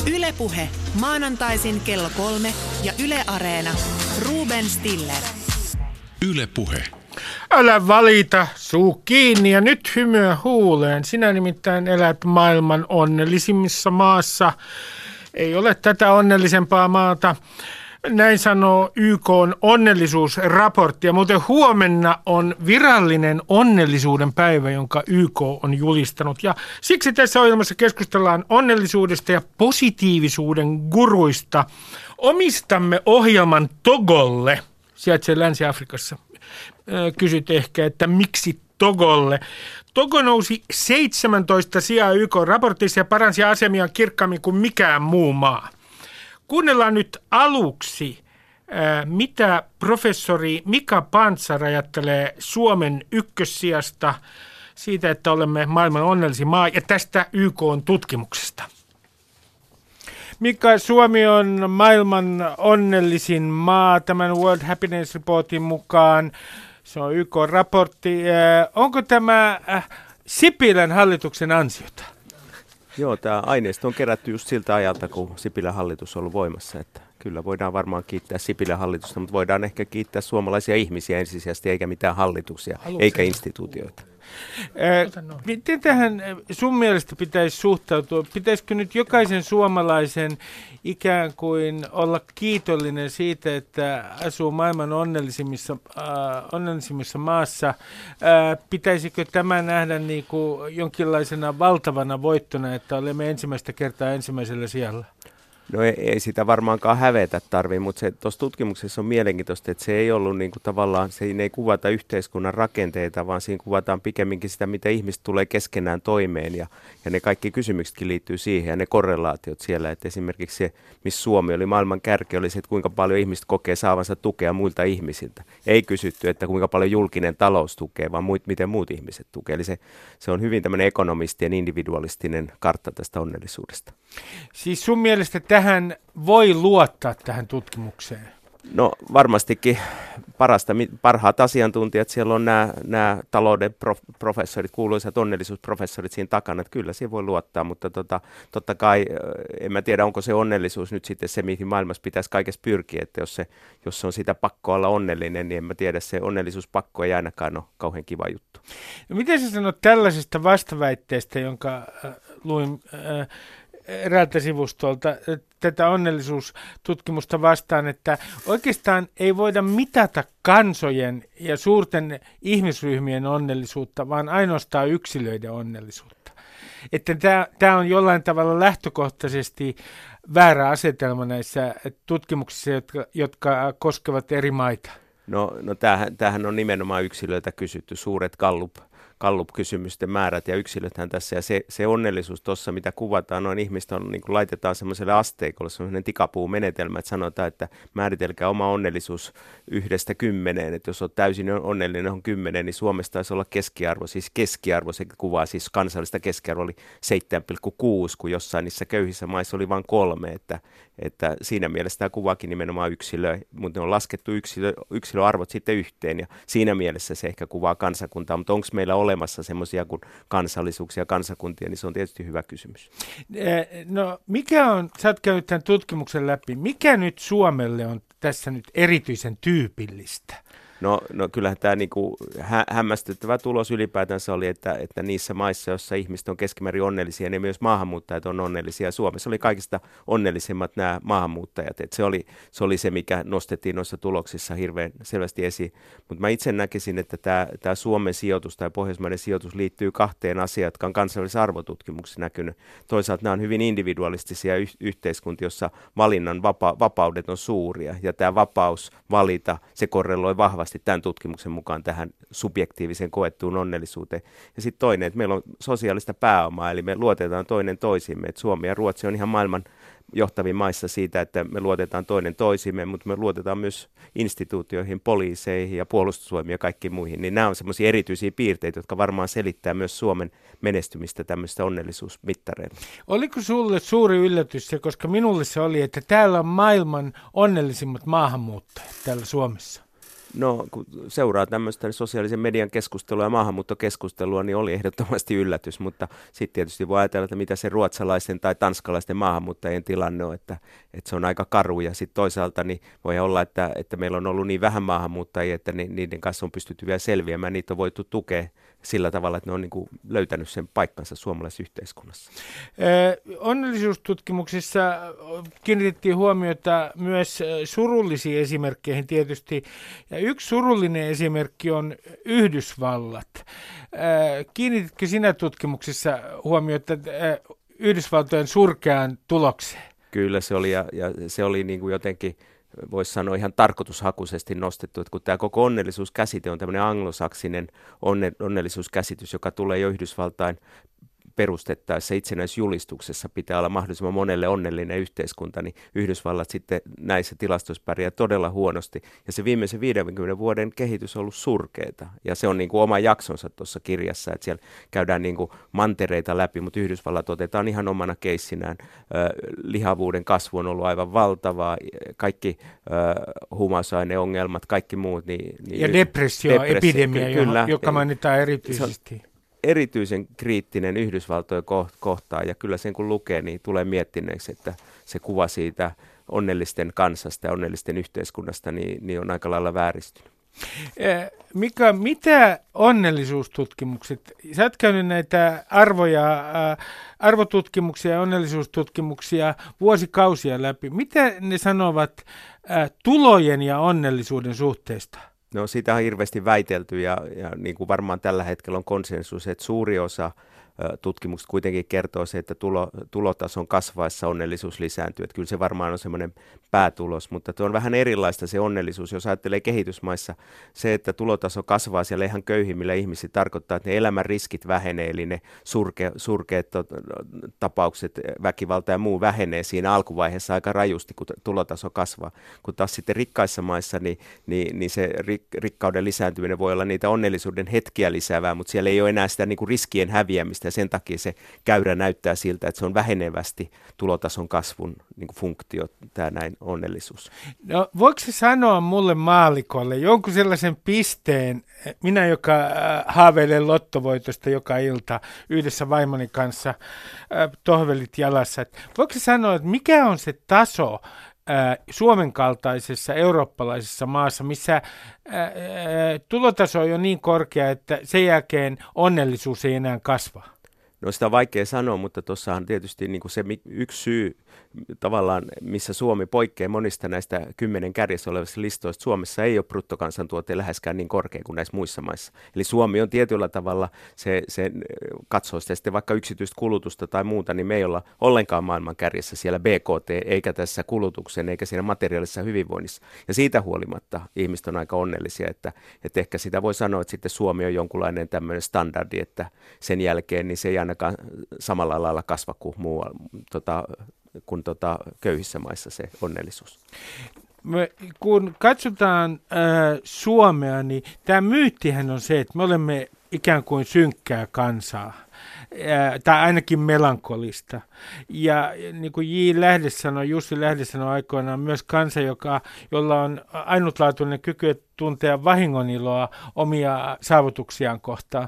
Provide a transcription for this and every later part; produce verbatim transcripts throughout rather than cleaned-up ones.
Yle Puhe. Maanantaisin kello kolme ja Yle Areena. Ruben Stiller. Yle Puhe. Älä valita, suu kiinni ja nyt hymyä huuleen. Sinä nimittäin elät maailman onnellisimmissa maassa. Ei ole tätä onnellisempaa maata. Näin sanoo Y K:n onnellisuusraportti. Ja muuten huomenna on virallinen onnellisuuden päivä, jonka Y K on julistanut. Ja siksi tässä ohjelmassa keskustellaan onnellisuudesta ja positiivisuuden guruista. Omistamme ohjelman Togolle, sijaitsee Länsi-Afrikassa. Kysyt ehkä, että miksi Togolle? Togo nousi seitsemäntoista sijaa Y K:n raportissa ja paransi asemia kirkkaammin kuin mikään muu maa. Kuunnellaan nyt aluksi, mitä professori Mika Pantsar ajattelee Suomen ykkössijasta, siitä, että olemme maailman onnellisin maa, ja tästä Y K:n tutkimuksesta. Mika, Suomi on maailman onnellisin maa tämän World Happiness Reportin mukaan. Se on Y K:n raportti. Onko tämä Sipilän hallituksen ansiota? Joo, tämä aineisto on kerätty just siltä ajalta, kun Sipilän hallitus on ollut voimassa. Että kyllä voidaan varmaan kiittää Sipilän hallitusta, mutta voidaan ehkä kiittää suomalaisia ihmisiä ensisijaisesti, eikä mitään hallituksia, Haluatko eikä instituutioita. Ää, miten tähän sun mielestä pitäisi suhtautua? Pitäisikö nyt jokaisen suomalaisen ikään kuin olla kiitollinen siitä, että asuu maailman onnellisimmissa, äh, onnellisimmissa maassa? Äh, pitäisikö tämä nähdä niin kuin jonkinlaisena valtavana voittona, että olemme ensimmäistä kertaa ensimmäisellä sijalla? No ei, ei sitä varmaankaan hävetä tarvitse, mutta se tuossa tutkimuksessa on mielenkiintoista, että se ei ollut niin kuin tavallaan, se ei kuvata yhteiskunnan rakenteita, vaan siinä kuvataan pikemminkin sitä, miten ihmiset tulee keskenään toimeen ja, ja ne kaikki kysymyksetkin liittyy siihen ja ne korrelaatiot siellä, että esimerkiksi se, missä Suomi oli maailman kärki, oli se, että kuinka paljon ihmiset kokee saavansa tukea muilta ihmisiltä. Ei kysytty, että kuinka paljon julkinen talous tukee, vaan muut, miten muut ihmiset tukee. Eli se, se on hyvin tämmöinen ekonomistien individualistinen kartta tästä onnellisuudesta. Siis sun mielestä tähän voi luottaa tähän tutkimukseen? No varmastikin parasta, parhaat asiantuntijat, siellä on nämä, nämä talouden prof, professorit, kuuluisat onnellisuusprofessorit siinä takana, että kyllä siihen voi luottaa, mutta tota, totta kai en mä tiedä, onko se onnellisuus nyt sitten se, mihin maailmassa pitäisi kaikessa pyrkiä, että jos se, jos se on sitä pakko olla onnellinen, niin en mä tiedä, se onnellisuuspakko ei ainakaan ole kauhean kiva juttu. No, miten sä sanot tällaisesta vastaväitteestä, jonka äh, luin äh, eräältä sivustolta tätä onnellisuustutkimusta vastaan, että oikeastaan ei voida mitata kansojen ja suurten ihmisryhmien onnellisuutta, vaan ainoastaan yksilöiden onnellisuutta. Että tämä on jollain tavalla lähtökohtaisesti väärä asetelma näissä tutkimuksissa, jotka, jotka koskevat eri maita. No, no tämähän, tämähän on nimenomaan yksilöiltä kysytty, suuret Gallup. Gallup-kysymysten määrät ja yksilöthän tässä, ja se, se onnellisuus tuossa, mitä kuvataan, noin ihmistä on, niin kuin laitetaan semmoiselle asteikolle, semmoinen tikapuumenetelmä, että sanotaan, että määritelkää oma onnellisuus yhdestä kymmeneen, että jos olet täysin onnellinen on kymmenen, niin Suomessa taisi olla keskiarvo, siis keskiarvo, se kuvaa siis kansallista keskiarvo oli seitsemän pilkku kuusi, kun jossain niissä köyhissä maissa oli vain kolme, että, että siinä mielessä tämä kuvaakin nimenomaan yksilöä, mutta ne on laskettu yksilö, yksilöarvot sitten yhteen, ja siinä mielessä se ehkä kuvaa kansakuntaa, mutta onko meillä ole olemassa semmoisia kuin kansallisuuksia ja kansakuntia, niin se on tietysti hyvä kysymys. No mikä on, sä oot käynyt tämän tutkimuksen läpi, mikä nyt Suomelle on tässä nyt erityisen tyypillistä? No, no kyllähän tämä niinku hä- hämmästyttävä tulos ylipäätänsä oli, että, että niissä maissa, joissa ihmiset on keskimäärin onnellisia, niin myös maahanmuuttajat on onnellisia. Suomessa oli kaikista onnellisimmat nämä maahanmuuttajat. Et se, oli, se oli se, mikä nostettiin noissa tuloksissa hirveän selvästi esiin. Mutta mä itse näkisin, että tämä, tämä Suomen sijoitus tai Pohjoismaiden sijoitus liittyy kahteen asiaan, jotka on kansainvälisessä arvotutkimuksessa näkynyt. Toisaalta nämä on hyvin individualistisia y- yhteiskuntia, jossa valinnan vapa- vapaudet on suuria. Ja tämä vapaus valita, se korreloi vahvasti tämän tutkimuksen mukaan tähän subjektiiviseen koettuun onnellisuuteen. Ja sitten toinen, että meillä on sosiaalista pääomaa, eli me luotetaan toinen toisimme. Et Suomi ja Ruotsi on ihan maailman johtavin maissa siitä, että me luotetaan toinen toisimme, mutta me luotetaan myös instituutioihin, poliiseihin ja puolustusvoimiin ja kaikkiin muihin. Niin nämä on semmoisia erityisiä piirteitä, jotka varmaan selittää myös Suomen menestymistä tämmöistä onnellisuusmittareilla. Oliko sulle suuri yllätys se, koska minulle se oli, että täällä on maailman onnellisimmat maahanmuuttajat täällä Suomessa? No, kun seuraa tämmöistä sosiaalisen median keskustelua ja maahanmuuttokeskustelua, niin oli ehdottomasti yllätys, mutta sitten tietysti voi ajatella, että mitä se ruotsalaisten tai tanskalaisten maahanmuuttajien tilanne on, että, että se on aika karu, ja sitten toisaalta niin voi olla, että, että meillä on ollut niin vähän maahanmuuttajia, että ni, niiden kanssa on pystytty vielä selviämään, niitä on voitu tukea sillä tavalla, että ne on niin kuin löytänyt sen paikkansa suomalaisessa yhteiskunnassa. Äh, onnellisuustutkimuksissa kiinnitettiin huomiota myös surullisiin esimerkkeihin tietysti, ja yksi surullinen esimerkki on Yhdysvallat. Äh, kiinnititkö sinä tutkimuksissa huomiota äh, Yhdysvaltojen surkeaan tulokseen? Kyllä se oli, ja, ja se oli niin kuin jotenkin, voisi sanoa ihan tarkoitushakuisesti nostettu, että kun tämä koko onnellisuuskäsite on tämmöinen anglosaksinen onne, onnellisuuskäsitys, joka tulee jo Yhdysvaltain perustettaessa itsenäisjulistuksessa pitää olla mahdollisimman monelle onnellinen yhteiskunta, niin Yhdysvallat sitten näissä tilastoissa pärjää todella huonosti. Ja se viimeisen viidenkymmenen vuoden kehitys on ollut surkeeta. Ja se on niin kuin oma jaksonsa tuossa kirjassa, että siellä käydään niin kuin mantereita läpi, mutta Yhdysvallat otetaan ihan omana keissinään. Lihavuuden kasvu on ollut aivan valtavaa, kaikki huumausaineongelmat, kaikki muut. Niin, niin ja depressioepidemia, depressio, kyllä, joka mainitaan erityisesti. Erityisen kriittinen Yhdysvaltojen kohtaan, ja kyllä sen kun lukee, niin tulee miettineeksi, että se kuva siitä onnellisten kansasta ja onnellisten yhteiskunnasta niin, niin on aika lailla vääristynyt. Mika, mitä onnellisuustutkimukset, sä oot käynyt näitä arvoja, arvotutkimuksia ja onnellisuustutkimuksia vuosikausia läpi, mitä ne sanovat tulojen ja onnellisuuden suhteesta? No siitä on hirveästi väitelty, ja, ja niin kuin varmaan tällä hetkellä on konsensus, että suuri osa tutkimukset kuitenkin kertoo se, että tulo, tulotason kasvaessa onnellisuus lisääntyy. Että kyllä se varmaan on semmoinen päätulos, mutta tuo on vähän erilaista se onnellisuus. Jos ajattelee kehitysmaissa, se, että tulotaso kasvaa siellä ihan köyhimmillä ihmisillä, tarkoittaa, että ne elämän riskit vähenee, eli ne surke, surkeat tapaukset, väkivalta ja muu vähenee siinä alkuvaiheessa aika rajusti, kun tulotaso kasvaa. Kun taas sitten rikkaissa maissa, niin, niin, niin se rik, rikkauden lisääntyminen voi olla niitä onnellisuuden hetkiä lisäävää, mutta siellä ei ole enää sitä niin kuin riskien häviämistä, ja sen takia se käyrä näyttää siltä, että se on vähenevästi tulotason kasvun niin kuin funktio, tämä näin onnellisuus. No, voiko se sanoa mulle maallikolle jonkun sellaisen pisteen, minä joka äh, haaveilen lottovoitosta joka ilta yhdessä vaimoni kanssa, äh, tohvelit jalassa, että voiko se sanoa, että mikä on se taso äh, Suomen kaltaisessa eurooppalaisessa maassa, missä äh, äh, tulotaso on jo niin korkea, että sen jälkeen onnellisuus ei enää kasva? No sitä on vaikea sanoa, mutta tuossahan tietysti niin kuin se yksi syy tavallaan, missä Suomi poikkeaa monista näistä kymmenen kärjessä olevista listoista. Suomessa ei ole bruttokansantuote läheskään niin korkea kuin näissä muissa maissa. Eli Suomi on tietyllä tavalla, se, se katsoo sitä sitten vaikka yksityistä kulutusta tai muuta, niin me ei olla ollenkaan maailman kärjessä siellä B K T, eikä tässä kulutuksen, eikä siinä materiaalisessa hyvinvoinnissa. Ja siitä huolimatta ihmiset on aika onnellisia, että, että ehkä sitä voi sanoa, että sitten Suomi on jonkunlainen tämmöinen standardi, että sen jälkeen niin se ei ainakaan samalla lailla kasva kuin muu, tota, kuin tota, köyhissä maissa se onnellisuus. Me, kun katsotaan äh, Suomea, niin tämä myyttihän on se, että me olemme ikään kuin synkkää kansaa, äh, tai ainakin melankolista. Ja niin kuin J. Lähde sanoi, Jussi Lähde sanoi aikoinaan, myös kansa, joka, jolla on ainutlaatuinen kyky tuntea vahingoniloa omia saavutuksiaan kohtaan,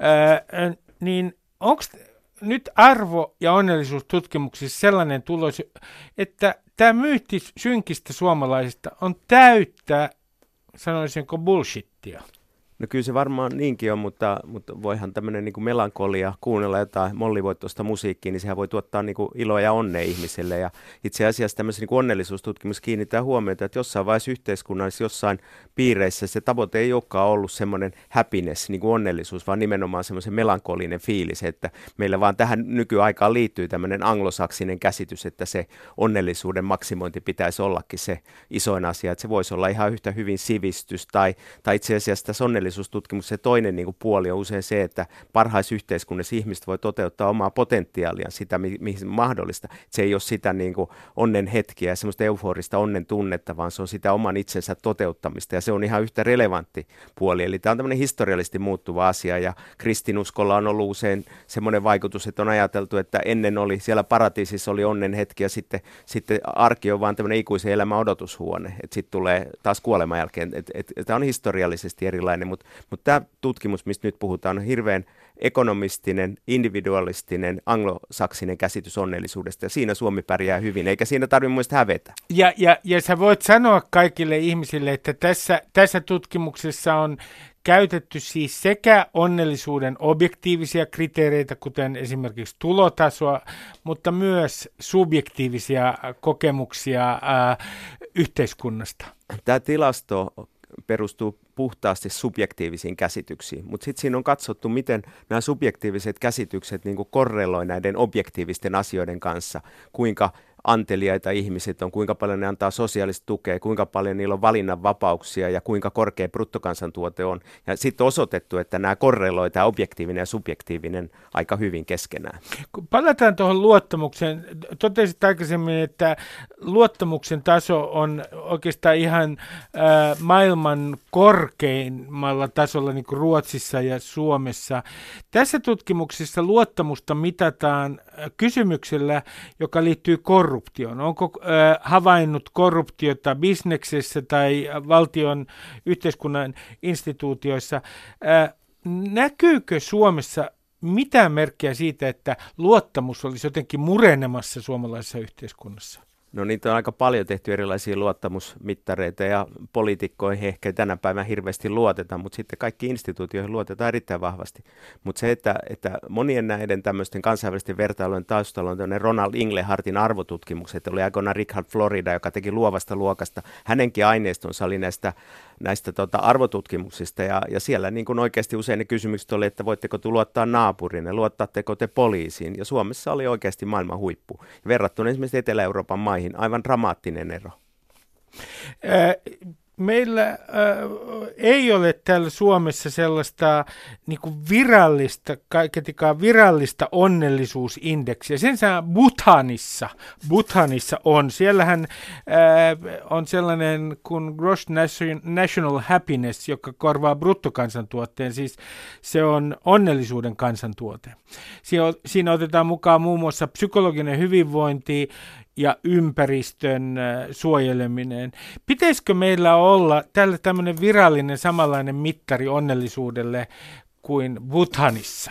äh, niin onko nyt arvo- ja onnellisuustutkimuksissa sellainen tulos, että tämä myytti synkistä suomalaisista on täyttä, sanoisinko, bullshittia? No kyllä se varmaan niinkin on, mutta, mutta voihan tämmöinen niin kuin melankolia, kuunnella jotain mollivoittoista musiikkia, niin sehän voi tuottaa niin kuin iloa ja onnea ihmiselle. Ja itse asiassa tämmöisen niin kuin onnellisuustutkimus kiinnittää huomiota, että jossain vaiheessa yhteiskunnassa, jossain piireissä se tavoite ei olekaan ollut semmoinen happiness, niin kuin onnellisuus, vaan nimenomaan semmoisen melankolinen fiilis, että meillä vaan tähän nykyaikaan liittyy tämmöinen anglosaksinen käsitys, että se onnellisuuden maksimointi pitäisi ollakin se isoin asia, että se voisi olla ihan yhtä hyvin sivistys tai, tai itse asiassa tässä onnellisuudessa onnellisuustutkimus, se toinen niin kuin puoli on usein se, että parhaissa yhteiskunnassa ihmiset voi toteuttaa omaa potentiaalia, sitä mihin mahdollista. Se ei ole sitä niin kuin onnen hetkiä ja semmoista euforista onnen tunnetta, vaan se on sitä oman itsensä toteuttamista ja se on ihan yhtä relevantti puoli. Eli tämä on tämmöinen historiallisesti muuttuva asia ja kristinuskolla on ollut usein semmoinen vaikutus, että on ajateltu, että ennen oli siellä paratiisissa oli onnen hetki ja sitten, sitten arki on vaan tämmöinen ikuisen elämän odotushuone, että sitten tulee taas kuoleman jälkeen. Tämä on historiallisesti erilainen, mutta, mutta tämä tutkimus, mistä nyt puhutaan, on hirveän ekonomistinen, individualistinen, anglosaksinen käsitys onnellisuudesta ja siinä Suomi pärjää hyvin, eikä siinä tarvitse muista hävetä. Ja, ja, ja sä voit sanoa kaikille ihmisille, että tässä, tässä tutkimuksessa on käytetty siis sekä onnellisuuden objektiivisia kriteereitä, kuten esimerkiksi tulotasoa, mutta myös subjektiivisia kokemuksia ää, yhteiskunnasta. Tämä tilasto perustuu puhtaasti subjektiivisiin käsityksiin, mutta sitten siinä on katsottu, miten nämä subjektiiviset käsitykset niin kuin korreloi näiden objektiivisten asioiden kanssa, kuinka anteliaita ihmiset on, kuinka paljon ne antaa sosiaalista tukea, kuinka paljon niillä on valinnanvapauksia ja kuinka korkea bruttokansantuote on. Ja sitten on osoitettu, että nämä korreloi, tämä objektiivinen ja subjektiivinen aika hyvin keskenään. Kun palataan tuohon luottamukseen. Totesit aikaisemmin, että luottamuksen taso on oikeastaan ihan äh, maailman korkeimmalla tasolla niin kuin Ruotsissa ja Suomessa. Tässä tutkimuksessa luottamusta mitataan kysymyksellä, joka liittyy korruptioon. Onko äh, havainnut korruptiota bisneksessä tai valtion yhteiskunnan instituutioissa? Äh, näkyykö Suomessa mitään merkkiä siitä, että luottamus olisi jotenkin murenemassa suomalaisessa yhteiskunnassa? No niitä on aika paljon tehty erilaisia luottamusmittareita ja poliitikkoihin ehkä tänä päivänä hirveästi luotetaan, mutta sitten kaikki instituutioihin luotetaan erittäin vahvasti. Mutta se, että, että monien näiden tämmöisten kansainvälisten vertailujen taustalla on tämmöinen Ronald Inglehartin arvotutkimukset, oli aikoinaan Richard Florida, joka teki luovasta luokasta. Hänenkin aineistonsa oli näistä, näistä tota, arvotutkimuksista ja, ja siellä niin kuin oikeasti usein ne kysymykset oli, että voitteko te luottaa naapuriin ja luottaatteko te poliisiin. Ja Suomessa oli oikeasti maailman huippu. Verrattuna esimerkiksi Etelä-Euroopan maihin aivan dramaattinen ero. Meillä äh, ei ole täällä Suomessa sellaista niin kuin virallista, kaiketikaan virallista onnellisuusindeksiä. Sen sijaan Bhutanissa, Bhutanissa on. Siellähän äh, on sellainen kuin Gross National Happiness, joka korvaa bruttokansantuotteen. Siis se on onnellisuuden kansantuote. Siinä otetaan mukaan muun muassa psykologinen hyvinvointi ja ympäristön suojeleminen. Pitäisikö meillä olla tällä tämmöinen virallinen samanlainen mittari onnellisuudelle kuin Bhutanissa?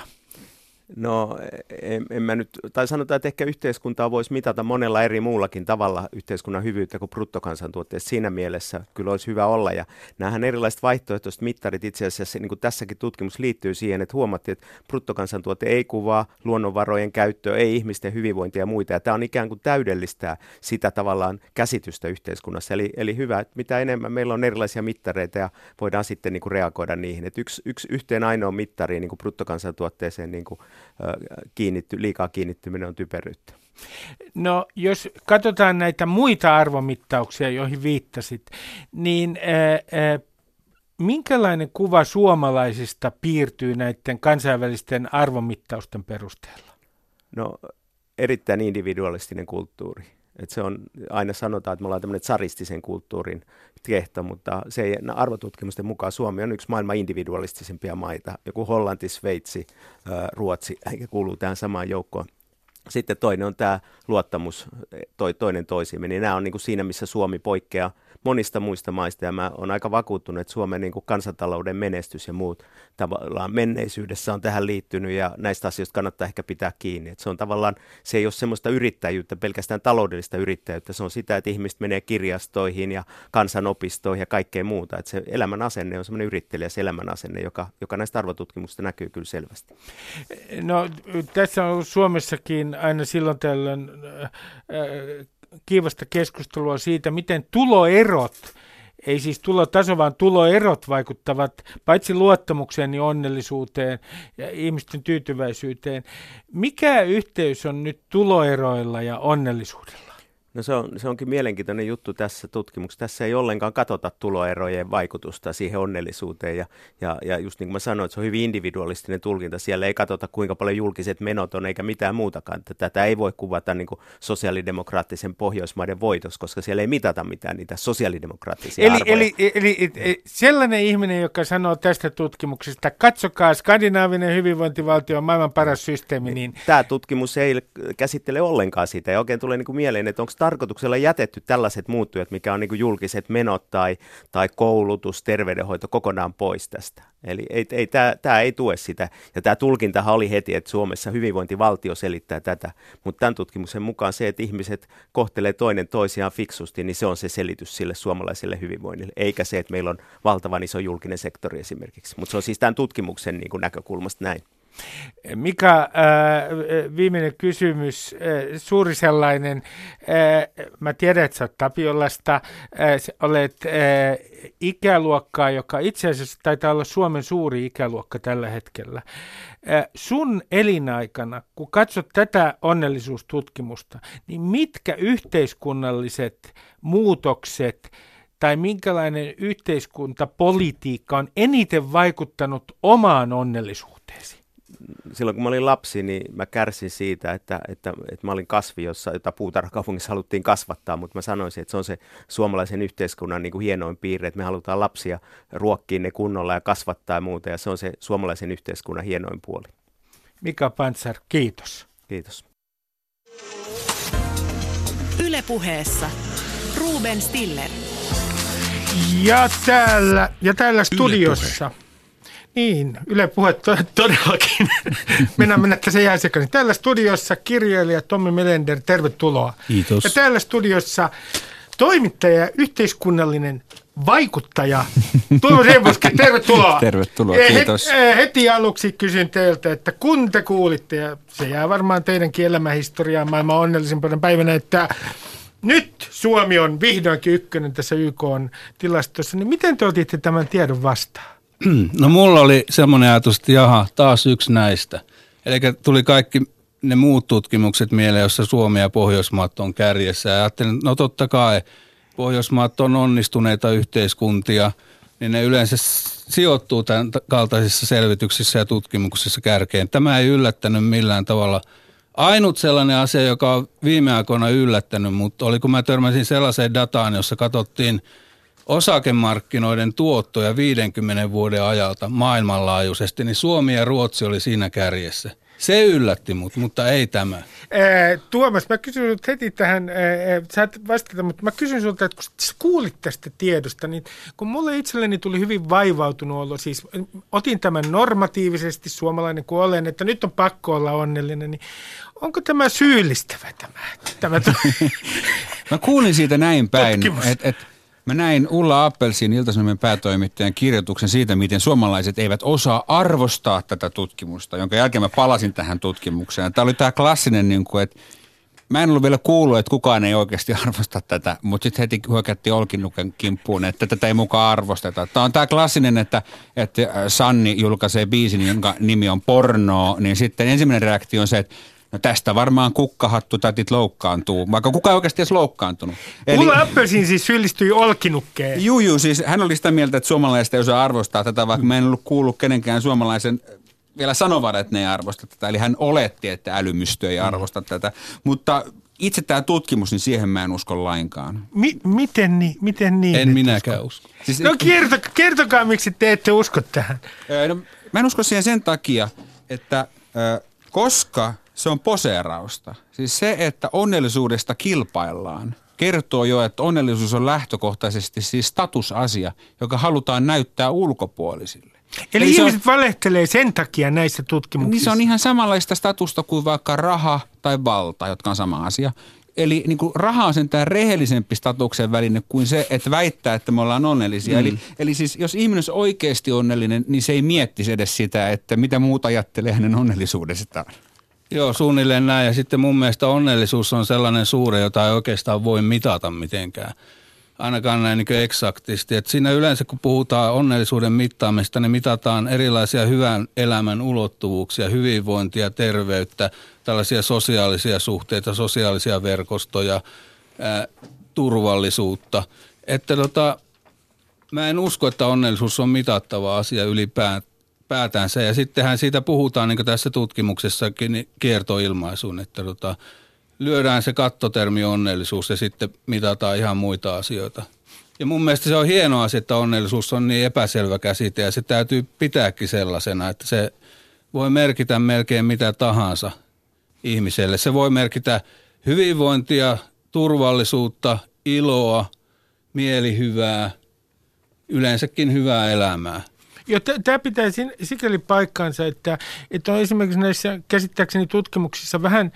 No en, en mä nyt, tai sanotaan, että ehkä yhteiskuntaa voisi mitata monella eri muullakin tavalla yhteiskunnan hyvyyttä kuin bruttokansantuotteessa. Siinä mielessä kyllä olisi hyvä olla. Ja nämähän erilaiset vaihtoehtoiset mittarit itse asiassa, niin kuin tässäkin tutkimus liittyy siihen, että huomattiin, että bruttokansantuote ei kuvaa luonnonvarojen käyttöä, ei ihmisten hyvinvointia ja muita. Ja tämä on ikään kuin täydellistää sitä tavallaan käsitystä yhteiskunnassa. Eli, eli hyvä, että mitä enemmän meillä on erilaisia mittareita ja voidaan sitten niin kuin reagoida niihin. Että yksi, yksi yhteen ainoa mittari niin kuin bruttokansantuotteeseen niin kuin Kiinnitty, liikaa kiinnittyminen on typeryyttä. No jos katsotaan näitä muita arvomittauksia, joihin viittasit, niin ää, ää, minkälainen kuva suomalaisista piirtyy näiden kansainvälisten arvomittausten perusteella? No erittäin individualistinen kulttuuri. Et se on, aina sanotaan, että me ollaan tämmöinen tsaristisen kulttuurin kehto, mutta se ei, arvotutkimusten mukaan Suomi on yksi maailman individualistisempia maita. Joku Hollanti, Sveitsi, Ruotsi, eikä kuuluu tähän samaan joukkoon. Sitten toinen on tämä luottamus toi, toinen toisiimme, niin nämä on niin kuin siinä, missä Suomi poikkeaa monista muista maista, ja mä oon aika vakuuttunut, että Suomen niin kuin kansantalouden menestys ja muut tavallaan menneisyydessä on tähän liittynyt, ja näistä asioista kannattaa ehkä pitää kiinni. Et se on tavallaan, se ei ole semmoista yrittäjyyttä, pelkästään taloudellista yrittäjyyttä, se on sitä, että ihmiset menee kirjastoihin ja kansanopistoihin ja kaikkea muuta. Et se elämän asenne on semmoinen yrittelijäs elämän asenne, joka, joka näistä arvotutkimuksista näkyy kyllä selvästi. No tässä on Suomessakin aina silloin tällöin äh, kiivasta keskustelua siitä, miten tuloerot, ei siis tulotaso, vaan tuloerot vaikuttavat paitsi luottamukseen, niin onnellisuuteen ja ihmisten tyytyväisyyteen. Mikä yhteys on nyt tuloeroilla ja onnellisuudella? No se, on, se onkin mielenkiintoinen juttu tässä tutkimuksessa. Tässä ei ollenkaan katsota tuloerojen vaikutusta siihen onnellisuuteen. Ja, ja, ja just niin kuin mä sanoin, että se on hyvin individualistinen tulkinta. Siellä ei katsota, kuinka paljon julkiset menot on eikä mitään muutakaan. Tätä ei voi kuvata niin kuin sosiaalidemokraattisen Pohjoismaiden voitos, koska siellä ei mitata mitään niitä sosiaalidemokraattisia eli, arvoja. Eli, eli, eli sellainen ihminen, joka sanoo tästä tutkimuksesta, katsokaa, skandinaavinen hyvinvointivaltio on maailman paras systeemi. Niin... Tämä tutkimus ei käsittele ollenkaan sitä. Ja oikein tulee niin kuin mieleen, että onko tarkoituksella jätetty tällaiset muuttujat, mikä on niin kuin julkiset menot tai, tai koulutus, terveydenhoito kokonaan pois tästä. Eli ei, ei, tämä ei tue sitä. Ja tämä tulkintahan oli heti, että Suomessa hyvinvointivaltio selittää tätä. Mutta tämän tutkimuksen mukaan se, että ihmiset kohtelee toinen toisiaan fiksusti, niin se on se selitys sille suomalaiselle hyvinvoinnille. Eikä se, että meillä on valtavan iso julkinen sektori esimerkiksi. Mutta se on siis tämän tutkimuksen niin kuin näkökulmasta näin. Mika, äh, viimeinen kysymys, äh, suuri sellainen. Äh, mä tiedän, että sä oot Tapiolasta, äh, olet äh, ikäluokkaa, joka itse asiassa taitaa olla Suomen suuri ikäluokka tällä hetkellä. Äh, sun elinaikana, kun katsot tätä onnellisuustutkimusta, niin mitkä yhteiskunnalliset muutokset tai minkälainen yhteiskuntapolitiikka on eniten vaikuttanut omaan onnellisuuteesi? Silloin kun mä olin lapsi, niin mä kärsin siitä, että, että, että mä olin kasvi, jossa, jota Puutarhakaupungissa haluttiin kasvattaa, mutta mä sanoisin, että se on se suomalaisen yhteiskunnan niin kuin hienoin piirre, että me halutaan lapsia ruokkia ne kunnolla ja kasvattaa ja muuta, ja se on se suomalaisen yhteiskunnan hienoin puoli. Mika Pantsar, kiitos. Kiitos. Yle Puheessa Ruben Stiller. Ja täällä, ja täällä studiossa. Niin, Yle Puhe to- todellakin. Mennään mennä tässä jää sekaisin. Täällä studiossa kirjailija Tommi Melender, tervetuloa. Kiitos. Ja täällä studiossa toimittaja ja yhteiskunnallinen vaikuttaja Tuomo Seibuski, tervetuloa. Tervetuloa, kiitos. He, heti aluksi kysyn teiltä, että kun te kuulitte, ja se jää varmaan teidänkin elämähistoriaan maailman onnellisimpana päivänä, että nyt Suomi on vihdoinkin ykkönen tässä Y K:n tilastossa, niin miten te otitte tämän tiedon vastaan? No mulla oli semmoinen ajatus, että jaha, taas yksi näistä. Eli tuli kaikki ne muut tutkimukset mieleen, jossa Suomi ja Pohjoismaat on kärjessä. Ja ajattelin, no totta kai Pohjoismaat on onnistuneita yhteiskuntia, niin ne yleensä sijoittuu tämän kaltaisissa selvityksissä ja tutkimuksissa kärkeen. Tämä ei yllättänyt millään tavalla. Ainut sellainen asia, joka on viime aikoina yllättänyt, mutta oli kun mä törmäsin sellaiseen dataan, jossa katsottiin osakemarkkinoiden tuottoja viidenkymmenen vuoden ajalta maailmanlaajuisesti, niin Suomi ja Ruotsi oli siinä kärjessä. Se yllätti mut, mutta ei tämä. Ää, Tuomas, mä kysyn sinulta heti tähän, ää, sä et vastata, mutta mä kysyn sinulta, että kun sä kuulit tästä tiedosta, niin kun mulle itselleni tuli hyvin vaivautunut olo, siis otin tämän normatiivisesti suomalainen kuin olen, että nyt on pakko olla onnellinen, niin onko tämä syyllistävä tämä? tämä Mä kuulin siitä näin päin, että et, mä näin Ulla Appelsin, Ilta-Sanomien päätoimittajan kirjoituksen siitä, miten suomalaiset eivät osaa arvostaa tätä tutkimusta, jonka jälkeen mä palasin tähän tutkimukseen. Tämä oli tämä klassinen, niin kuin, että mä en ollut vielä kuullut, että kukaan ei oikeasti arvosta tätä, mutta sitten heti hyökättiin Olkinuken kimppuun, että tätä ei mukaan arvosteta. Tämä on tämä klassinen, että, että Sanni julkaisee biisin, jonka nimi on Pornoo, niin sitten ensimmäinen reaktio on se, että no tästä varmaan kukkahattu tätit loukkaantuu, vaikka kukaan ei oikeasti edes loukkaantunut. Eli Ulla Appelsin siis syyllistyi Olkinukkeen. Juu, juu, siis hän oli sitä mieltä, että suomalaiset ei osaa arvostaa tätä, vaikka mä en ollut kuullut kenenkään suomalaisen vielä sanovan, että ne ei arvosta tätä. Eli hän oletti, että älymystö ei arvosta mm. tätä, mutta itse tämä tutkimus, niin siihen mä en usko lainkaan. Mi- miten, niin, miten niin? En minäkään usko. usko. Siis, no kertokaa, kertokaa, miksi te ette usko tähän. No, mä en usko siihen sen takia, että äh, koska se on poseerausta. Siis se, että onnellisuudesta kilpaillaan, kertoo jo, että onnellisuus on lähtökohtaisesti siis statusasia, joka halutaan näyttää ulkopuolisille. Eli, Eli ihmiset on, valehtelee sen takia näissä tutkimuksissa. Niin se on ihan samanlaista statusta kuin vaikka raha tai valta, jotka on sama asia. Eli niin kuin raha on sentään rehellisempi statuksen väline kuin se, että väittää, että me ollaan onnellisia. Mm. Eli, eli siis jos ihminen on oikeasti onnellinen, niin se ei miettisi edes sitä, että mitä muuta ajattelee hänen onnellisuudestaan. Joo, suunnilleen näin. Ja sitten mun mielestä onnellisuus on sellainen suuri, jota ei oikeastaan voi mitata mitenkään. Ainakaan näin niin eksaktisti. Että siinä yleensä, kun puhutaan onnellisuuden mittaamista, niin mitataan erilaisia hyvän elämän ulottuvuuksia, hyvinvointia, terveyttä, tällaisia sosiaalisia suhteita, sosiaalisia verkostoja, ää, turvallisuutta. Että tota, mä en usko, että onnellisuus on mitattava asia ylipäätänsä. Ja sittenhän siitä puhutaan, niin kuin tässä tutkimuksessakin, kiertoilmaisuun, että tota, lyödään se kattotermi onnellisuus ja sitten mitataan ihan muita asioita. Ja mun mielestä se on hieno asia, että onnellisuus on niin epäselvä käsite ja se täytyy pitääkin sellaisena, että se voi merkitä melkein mitä tahansa ihmiselle. Se voi merkitä hyvinvointia, turvallisuutta, iloa, mielihyvää, yleensäkin hyvää elämää. Joo, tämä pitää sikäli paikkaansa, että, että on esimerkiksi näissä käsittääkseni tutkimuksissa vähän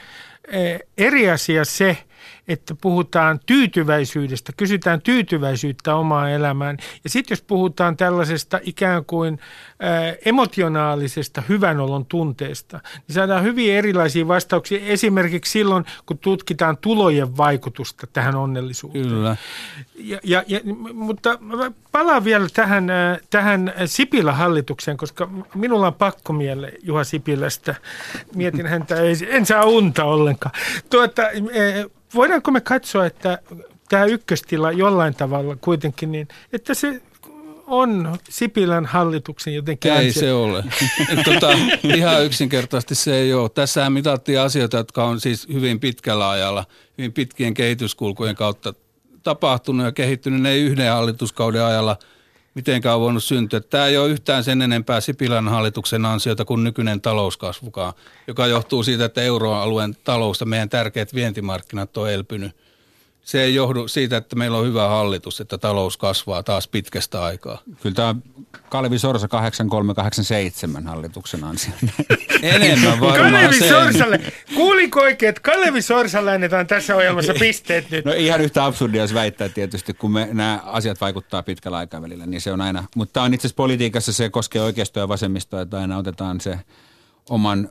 eri asia se, että puhutaan tyytyväisyydestä, kysytään tyytyväisyyttä omaan elämään. Ja sitten jos puhutaan tällaisesta ikään kuin ä, emotionaalisesta hyvänolon tunteesta, niin saadaan hyvin erilaisia vastauksia esimerkiksi silloin, kun tutkitaan tulojen vaikutusta tähän onnellisuuteen. Kyllä. Ja, ja, ja, mutta palaan vielä tähän, ä, tähän Sipilän hallitukseen, koska minulla on pakko mieleen Juha Sipilästä. Mietin häntä, en saa unta ollenkaan. Tuota, ä, voidaanko me katsoa, että tämä ykköstila jollain tavalla kuitenkin, niin, että se on Sipilän hallituksen jotenkin... Ei se ole. tota, ihan yksinkertaisesti se ei ole. Tässähän mitattiin asioita, jotka on siis hyvin pitkällä ajalla, hyvin pitkien kehityskulkujen kautta tapahtunut ja kehittynyt. Ne ei yhden hallituskauden ajalla mitenkään on voinut syntyä. Tämä ei ole yhtään sen enempää Sipilän hallituksen ansiota kuin nykyinen talouskasvukaan, joka johtuu siitä, että euroalueen talous ja meidän tärkeät vientimarkkinat on elpynyt. Se ei johdu siitä, että meillä on hyvä hallitus, että talous kasvaa taas pitkästä aikaa. Kyllä tämä Kalevi Sorsa kahdeksankymmentäkolme kahdeksankymmentäseitsemän hallituksen ansio. Enemmän varmaan Kalevi se. Sorsalle, kuuliko oikein, että Kalevi Sorsalle annetaan tässä ohjelmassa pisteet nyt? No ihan yhtä absurdia jos väittää tietysti, kun me, nämä asiat vaikuttaa pitkällä aikavälillä, niin se on aina. Mutta tämä on itse asiassa politiikassa, se koskee oikeistoa ja vasemmistoa, että aina otetaan se oman,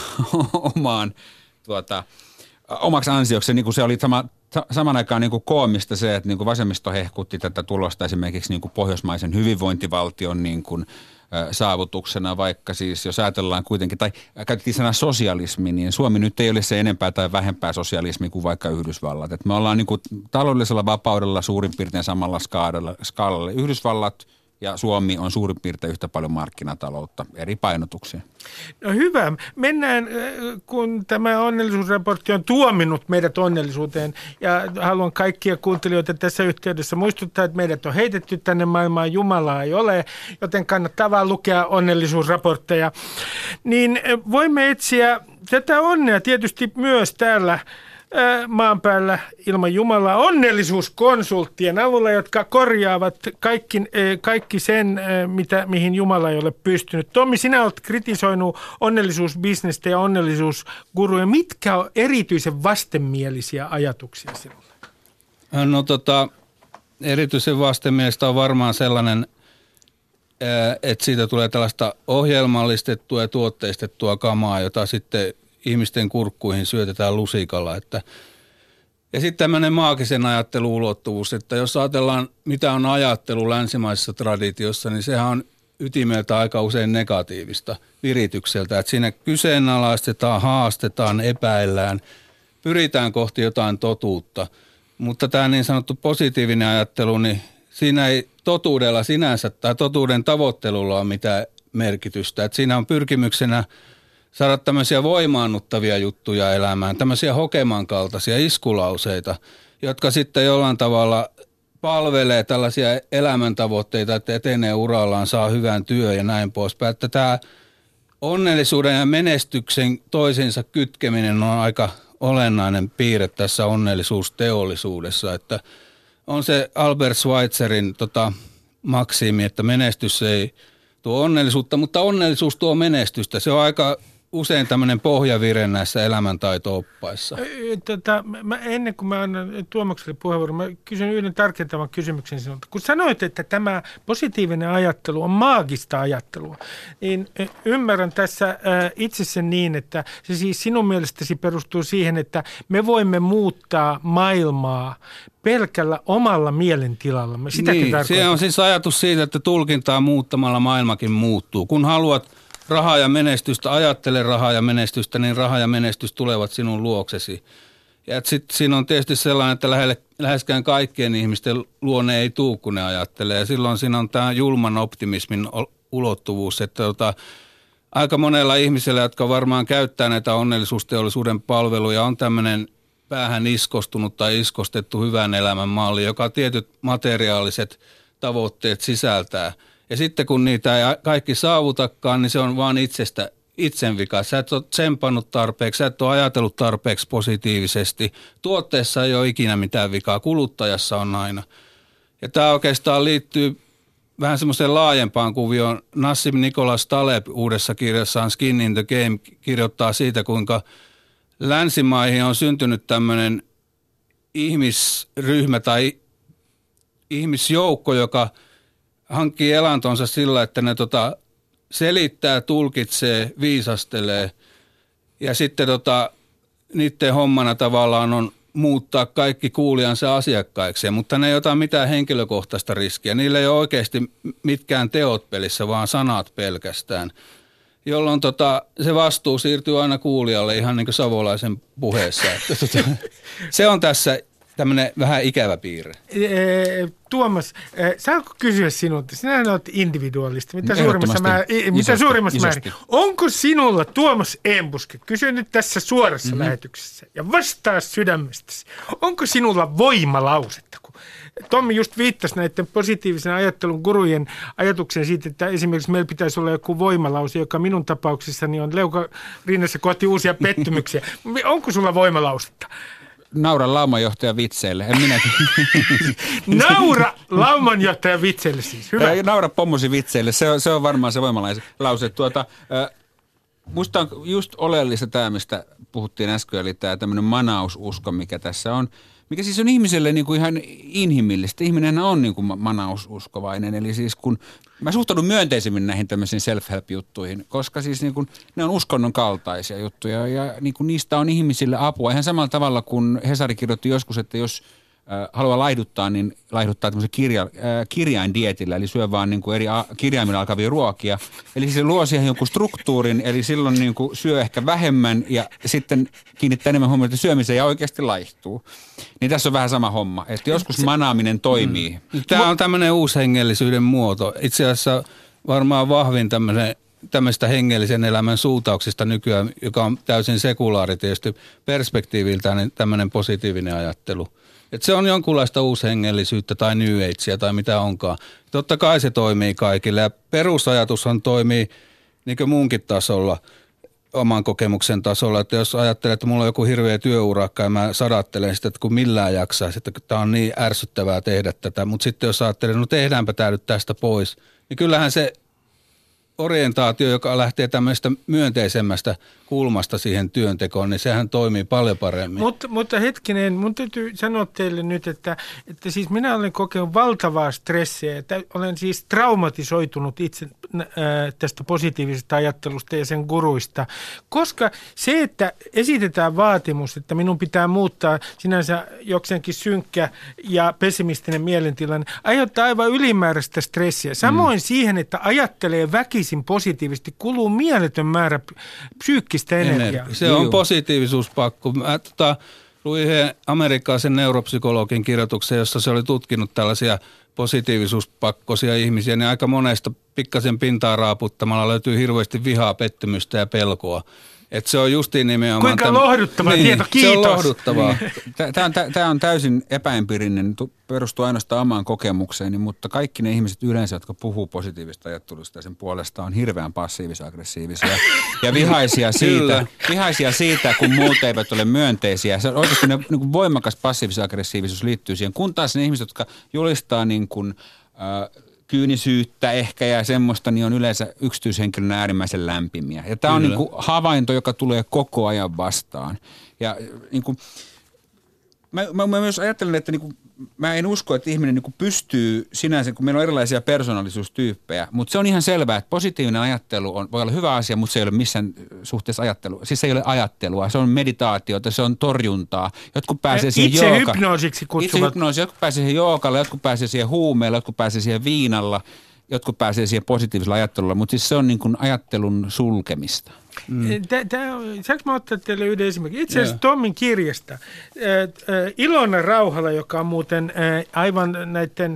omaan, tuota, omaksi ansioksi, niin kuin se oli sama, saman aikaan niin kuin koomista se, että niin kuin vasemmisto hehkutti tätä tulosta esimerkiksi niin kuin pohjoismaisen hyvinvointivaltion niin kuin, ä, saavutuksena, vaikka siis jos ajatellaan kuitenkin, tai käytettiin sana sosialismi, niin Suomi nyt ei ole se enempää tai vähempää sosialismi kuin vaikka Yhdysvallat. Et me ollaan niin kuin taloudellisella vapaudella suurin piirtein samalla skaalalla, skaalalla. Yhdysvallat ja Suomi on suurin piirtein yhtä paljon markkinataloutta, eri painotuksia. No hyvä. Mennään, kun tämä onnellisuusraportti on tuominnut meidät onnellisuuteen ja haluan kaikkia kuuntelijoita tässä yhteydessä muistuttaa, että meidät on heitetty tänne maailmaan, Jumalaa ei ole, joten kannattaa vaan lukea onnellisuusraportteja. Niin voimme etsiä tätä onnea tietysti myös täällä maan päällä ilman Jumalaa onnellisuuskonsulttien avulla, jotka korjaavat kaikki, kaikki sen, mitä, mihin Jumala ei ole pystynyt. Tommi, sinä olet kritisoinut onnellisuusbisnestä ja onnellisuusguruja. Mitkä on erityisen vastenmielisiä ajatuksia sinulle? No tota, erityisen vastenmielistä on varmaan sellainen, että siitä tulee tällaista ohjelmallistettua ja tuotteistettua kamaa, jota sitten ihmisten kurkkuihin syötetään lusikalla. Että. Ja sitten tämmöinen maagisen ajatteluulottuvuus, että jos ajatellaan, mitä on ajattelu länsimaisessa traditiossa, niin sehän on ytimeltä aika usein negatiivista viritykseltä. Että siinä kyseenalaistetaan, haastetaan, epäillään, pyritään kohti jotain totuutta. Mutta tämä niin sanottu positiivinen ajattelu, niin siinä ei totuudella sinänsä tai totuuden tavoittelulla ole mitään merkitystä. Että siinä on pyrkimyksenä saada tämmöisiä voimaannuttavia juttuja elämään, tämmöisiä hokeman kaltaisia iskulauseita, jotka sitten jollain tavalla palvelee tällaisia elämäntavoitteita, että etenee urallaan, saa hyvän työn ja näin poispäin. Että tämä onnellisuuden ja menestyksen toisiinsa kytkeminen on aika olennainen piirre tässä onnellisuusteollisuudessa, että on se Albert Schweitzerin tota, maksiimi, että menestys ei tuo onnellisuutta, mutta onnellisuus tuo menestystä. Se on aika usein tämmöinen pohjavire näissä elämäntaito-oppaissa. Tota, mä, ennen kuin mä annan Tuomakselle puheenvuoron, mä kysyn yhden tarkentavan kysymyksen sinulta. Kun sanoit, että tämä positiivinen ajattelu on maagista ajattelua, niin ymmärrän tässä itse sen niin, että se siis sinun mielestäsi perustuu siihen, että me voimme muuttaa maailmaa pelkällä omalla mielentilallamme. Sitäkin niin, tarkoittaa. Se on siis ajatus siitä, että tulkintaa muuttamalla maailmakin muuttuu. Kun haluat rahaa ja menestystä, ajattele rahaa ja menestystä, niin raha ja menestys tulevat sinun luoksesi. Ja sitten siinä on tietysti sellainen, että lähelle, läheskään kaikkien ihmisten luonne ei tuu, kun ne ajattelee. Ja silloin siinä on tämä julman optimismin ulottuvuus, että tota, aika monella ihmisellä, jotka varmaan käyttää näitä onnellisuusteollisuuden palveluja, on tämmöinen päähän iskostunut tai iskostettu hyvän elämän malli, joka tietyt materiaaliset tavoitteet sisältää. Ja sitten kun niitä ei kaikki saavutakaan, niin se on vaan itsestä itsen vika. Sä et ole tsempannut tarpeeksi, sä et ole ajatellut tarpeeksi positiivisesti. Tuotteessa ei ole ikinä mitään vikaa, kuluttajassa on aina. Ja tämä oikeastaan liittyy vähän semmoiseen laajempaan kuvioon. Nassim Nicholas Taleb uudessa kirjassaan Skin in the Game kirjoittaa siitä, kuinka länsimaihin on syntynyt tämmöinen ihmisryhmä tai ihmisjoukko, joka hankkii elantonsa sillä, että ne tota, selittää, tulkitsee, viisastelee ja sitten tota, niiden hommana tavallaan on muuttaa kaikki kuulijansa asiakkaiksi, mutta ne ei ota mitään henkilökohtaista riskiä. Niillä ei ole oikeasti mitkään teot pelissä, vaan sanat pelkästään, jolloin tota, se vastuu siirtyy aina kuulijalle ihan niin kuin Savolaisen puheessa. Että, tota, se on tässä tämmöinen vähän ikävä piirre. Tuomas, saanko kysyä sinulta? Sinähän olet individualisti. Mitä suurimmassa määrin? Mitä suurimmassa määrin? Onko sinulla, Tuomas Eembuske, kysy nyt tässä suorassa mm-hmm. lähetyksessä ja vastaa sydämestäsi. Onko sinulla voimalausetta? Tommi just viittasi näiden positiivisen ajattelun gurujen ajatuksen siitä, että esimerkiksi meillä pitäisi olla joku voimalause, joka minun tapauksessani on leuka rinnassa kohti uusia pettymyksiä. Onko sulla voimalausetta? Naura laumanjohtaja vitseille. En minä... Naura laumanjohtaja vitseille siis. Hyvä. Naura pommosi vitseille. Se on, se on varmaan se voimalause. Tuota, äh, musta on just oleellista tämä, mistä puhuttiin äsken, eli tämä tämmöinen manaususko, mikä tässä on. Mikä siis on ihmiselle niin kuin ihan inhimillistä. Ihminen on niin kuin manaususkovainen. Eli siis kun mä suhtaudun myönteisemmin näihin tämmöisiin self-help-juttuihin, koska siis niin kuin ne on uskonnon kaltaisia juttuja ja niin kuin niistä on ihmisille apua. Ihan samalla tavalla kuin Hesari kirjoitti joskus, että jos äh, haluaa laihduttaa, niin laihduttaa tämmöisen kirja, äh, kirjaindietillä, eli syö vaan niin kuin eri a- kirjaimilla alkavia ruokia. Eli se luo siihen jonkun struktuurin, eli silloin niin kuin syö ehkä vähemmän ja sitten kiinnittää enemmän huomiota syömiseen ja oikeasti laihtuu. Niin tässä on vähän sama homma, että joskus se, manaaminen toimii. Mm. Tämä on tämmöinen uushengellisyyden muoto. Itse asiassa varmaan vahvin tämmöistä hengellisen elämän suuntauksista nykyään, joka on täysin sekulaari tietysti perspektiiviltään, niin tämmöinen positiivinen ajattelu. Että se on jonkunlaista uushengellisyyttä tai New Agea tai mitä onkaan. Totta kai se toimii kaikille ja perusajatushan toimii niin kuin muunkin tasolla, oman kokemuksen tasolla, että jos ajattelee, että mulla on joku hirveä työurakka ja mä sadattelen sitä, että kun millään jaksaisi, että tämä on niin ärsyttävää tehdä tätä, mutta sitten jos ajattelee, no tehdäänpä tämä nyt tästä pois, niin kyllähän se orientaatio, joka lähtee tämmöistä myönteisemmästä kulmasta siihen työntekoon, niin sehän toimii paljon paremmin. Mutta, mutta hetkinen, mun täytyy sanoa teille nyt, että, että siis minä olen kokenut valtavaa stressiä, että olen siis traumatisoitunut itse äh, tästä positiivisesta ajattelusta ja sen guruista, koska se, että esitetään vaatimus, että minun pitää muuttaa sinänsä jokseenkin synkkä ja pessimistinen mielentilanne, aiheuttaa aivan ylimääräistä stressiä. Samoin mm. siihen, että ajattelee väkisin positiivisesti, kuluu mieletön määrä psyykkistä energiaa. Se on positiivisuuspakko. Mä tota, luin yhden amerikkalaisen neuropsykologin kirjoituksen, jossa se oli tutkinut tällaisia positiivisuuspakkoisia ihmisiä, niin aika monesta pikkasen pintaa raaputtamalla löytyy hirveästi vihaa, pettymystä ja pelkoa. Että se on justiin nimenomaan... Kuinka täm... lohduttava niin, tieto, kiitos. Se on lohduttavaa. Tämä on, tämä on täysin epäempiirinen, perustuu ainoastaan omaan kokemukseeni, mutta kaikki ne ihmiset yleensä, jotka puhuu positiivista ajattelusta ja sen puolesta, on hirveän passiivis-aggressiivisia ja vihaisia siitä, vihaisia siitä, kun muut eivät ole myönteisiä. Se oikeasti ne, niin kuin voimakas passiivis-aggressiivisuus liittyy siihen, kun taas ne ihmiset, jotka julistaa niin kuin... Äh, kyynisyyttä ehkä ja semmoista, niin on yleensä yksityishenkilönä äärimmäisen lämpimiä. Ja tämä on niin kuin havainto, joka tulee koko ajan vastaan. Ja niin kuin, mä, mä, mä myös ajattelen, että niin kuin, mä en usko, että ihminen niin kuin pystyy sinänsä, kun meillä on erilaisia persoonallisuustyyppejä, mutta se on ihan selvää, että positiivinen ajattelu on, voi olla hyvä asia, mutta se ei ole missään suhteessa ajattelua. Siis se ei ole ajattelua, se on meditaatiota, se on torjuntaa. Jotkut pääsee siihen itse jooga. Hypnoosiksi kutsuvat. Itse hypnoosi, jotkut pääsee siihen joogalle, jotkut pääsee siihen huumeella, jotkut pääsee siihen viinalla, jotkut pääsee siihen positiivisella ajattelulla, mutta siis se on niin kuin ajattelun sulkemista. Mm. Saanko mä ottaa teille yhden esimerkin? Itse asiassa Tommin kirjasta Ilona Rauhala, joka on muuten aivan näiden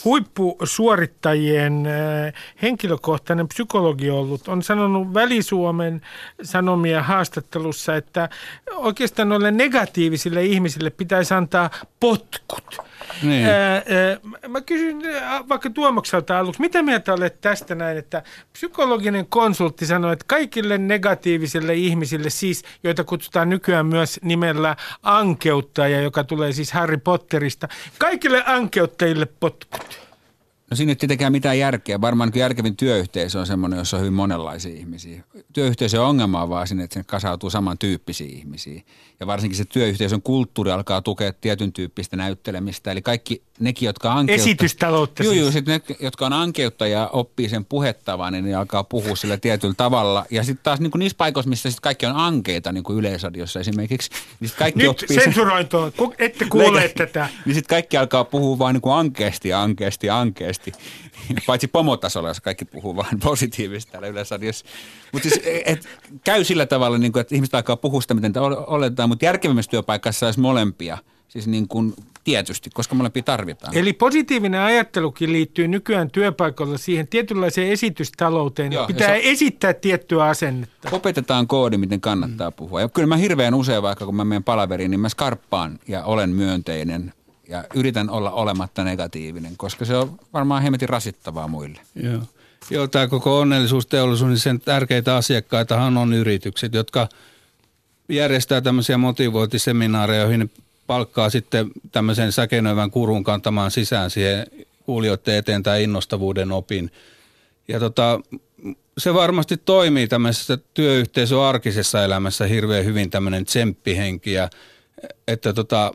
huippusuorittajien henkilökohtainen psykologi ollut, on sanonut Väli-Suomen Sanomien haastattelussa, että oikeastaan noille negatiivisille ihmisille pitäisi antaa potkut. Niin. Mä kysyn vaikka Tuomokselta aluksi, mitä mieltä olet tästä näin, että psykologinen konsultti sanoi, että kaikille negatiivisille ihmisille, siis joita kutsutaan nykyään myös nimellä ankeuttaja, joka tulee siis Harry Potterista, kaikille ankeuttajille potkut. No siinä ei tietenkään mitään järkeä. Varmaan järkevin työyhteisö on semmoinen, jossa on hyvin monenlaisia ihmisiä. Työyhteisön ongelma on vaan siinä, että sen kasautuu samantyyppisiä ihmisiä. Ja varsinkin se työyhteisön kulttuuri alkaa tukea tietyn tyyppistä näyttelemistä. Eli kaikki nekin, jotka on ankeutta... Esitystaloutta joo, siis. Joo, sitten ne, jotka on ankeuttajia, oppii sen puhettavan, niin ne alkaa puhua sillä tietyllä tavalla. Ja sitten taas niin kuin niissä paikoissa, missä sit kaikki on ankeita, niin kuin Yleisradiossa esimerkiksi. Niin kaikki nyt sensurointoon, sen... ette kuule tätä. Niin sitten kaikki alkaa puhua vaan niin kuin ankeasti, ankeasti, ankeasti. Paitsi pomotasolla, jos kaikki puhuu vaan positiivista täällä Yleisradiossa. Mutta siis et, käy sillä tavalla, niin kuin, että ihmiset alkaa puhua sitä, miten oletetaan, mutta järkevimmässä työpaikassa olisi molempia. Siis niin kuin tietysti, koska molempia tarvitaan. Eli positiivinen ajattelukin liittyy nykyään työpaikalla siihen tietynlaiseen esitystalouteen. Joo, pitää se... esittää tiettyä asennetta. Opetetaan koodi, miten kannattaa puhua. Ja kyllä mä hirveän usein, vaikka kun mä menen palaveriin, niin mä skarppaan ja olen myönteinen. Ja yritän olla olematta negatiivinen, koska se on varmaan hemmetin rasittavaa muille. Joo, Joo tämä koko onnellisuusteollisuus, niin sen tärkeitä asiakkaitahan on yritykset, jotka järjestää tämmöisiä motivointiseminaareja, joihin ne palkkaa sitten tämmöisen säkenöivän kurun kantamaan sisään siihen kuulijoiden eteen tai innostavuuden opin. Ja tota, se varmasti toimii tämmöisessä työyhteisön arkisessa elämässä hirveän hyvin tämmöinen tsemppihenki, ja, että tota...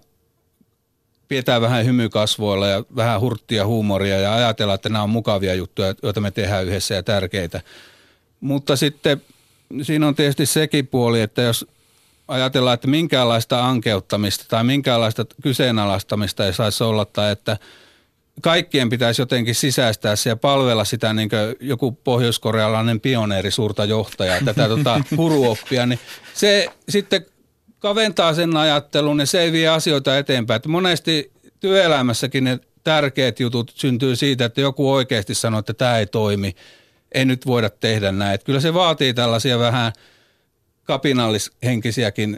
pidetään vähän hymykasvoilla ja vähän hurttia huumoria ja ajatellaan, että nämä on mukavia juttuja, joita me tehdään yhdessä ja tärkeitä. Mutta sitten siinä on tietysti sekin puoli, että jos ajatellaan, että minkäänlaista ankeuttamista tai minkäänlaista kyseenalaistamista ei saisi olla, tai että kaikkien pitäisi jotenkin sisäistää se ja palvella sitä niin kuin joku pohjoiskorealainen pioneeri, suurta johtajaa, tätä tota, huruoppia, niin se sitten kaventaa sen ajattelun ja se ei vie asioita eteenpäin. Että monesti työelämässäkin ne tärkeät jutut syntyy siitä, että joku oikeasti sanoo, että tämä ei toimi, ei nyt voida tehdä näin. Että kyllä se vaatii tällaisia vähän kapinallishenkisiäkin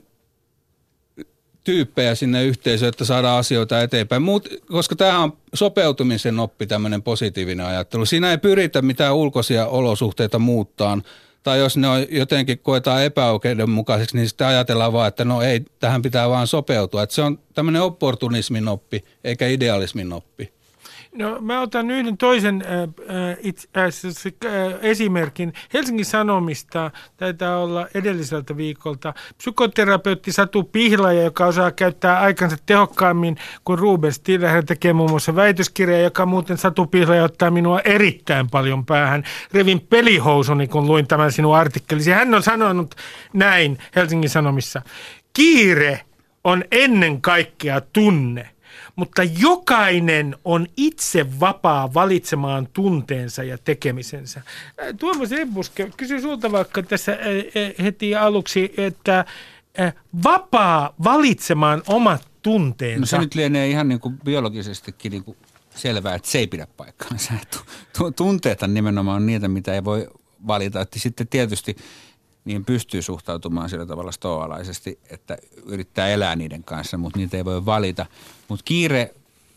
tyyppejä sinne yhteisöön, että saadaan asioita eteenpäin. Mut, koska tämä on sopeutumisen oppi, tämmöinen positiivinen ajattelu. Siinä ei pyritä mitään ulkoisia olosuhteita muuttaan. Tai jos ne on jotenkin koetaan epäoikeudenmukaiseksi, niin sitten ajatellaan vaan, että no ei, tähän pitää vaan sopeutua. Että se on tämmöinen opportunismin oppi, eikä idealismin oppi. No mä otan yhden toisen äh, itse, äh, esimerkin. Helsingin Sanomista taitaa olla edelliseltä viikolta psykoterapeutti Satu Pihlaja, joka osaa käyttää aikansa tehokkaammin kuin Ruben Stiller. Hän tekee muun muassa väitöskirjaa, joka muuten Satu Pihlaja ottaa minua erittäin paljon päähän. Revin pelihousuni, kun luin tämän sinun artikkelisi. Hän on sanonut näin Helsingin Sanomissa. Kiire on ennen kaikkea tunne. Mutta jokainen on itse vapaa valitsemaan tunteensa ja tekemisensä. Tuomas Ebbuske, kysy sulta vaikka tässä heti aluksi, että vapaa valitsemaan omat tunteensa. No se nyt lienee ihan niin kuin biologisestikin niin kuin selvää, että se ei pidä paikkaansa. Tunteethan nimenomaan on niitä, mitä ei voi valita. Että sitten tietysti niin pystyy suhtautumaan sillä tavalla stoalaisesti, että yrittää elää niiden kanssa, mutta niitä ei voi valita. Mutta kiire,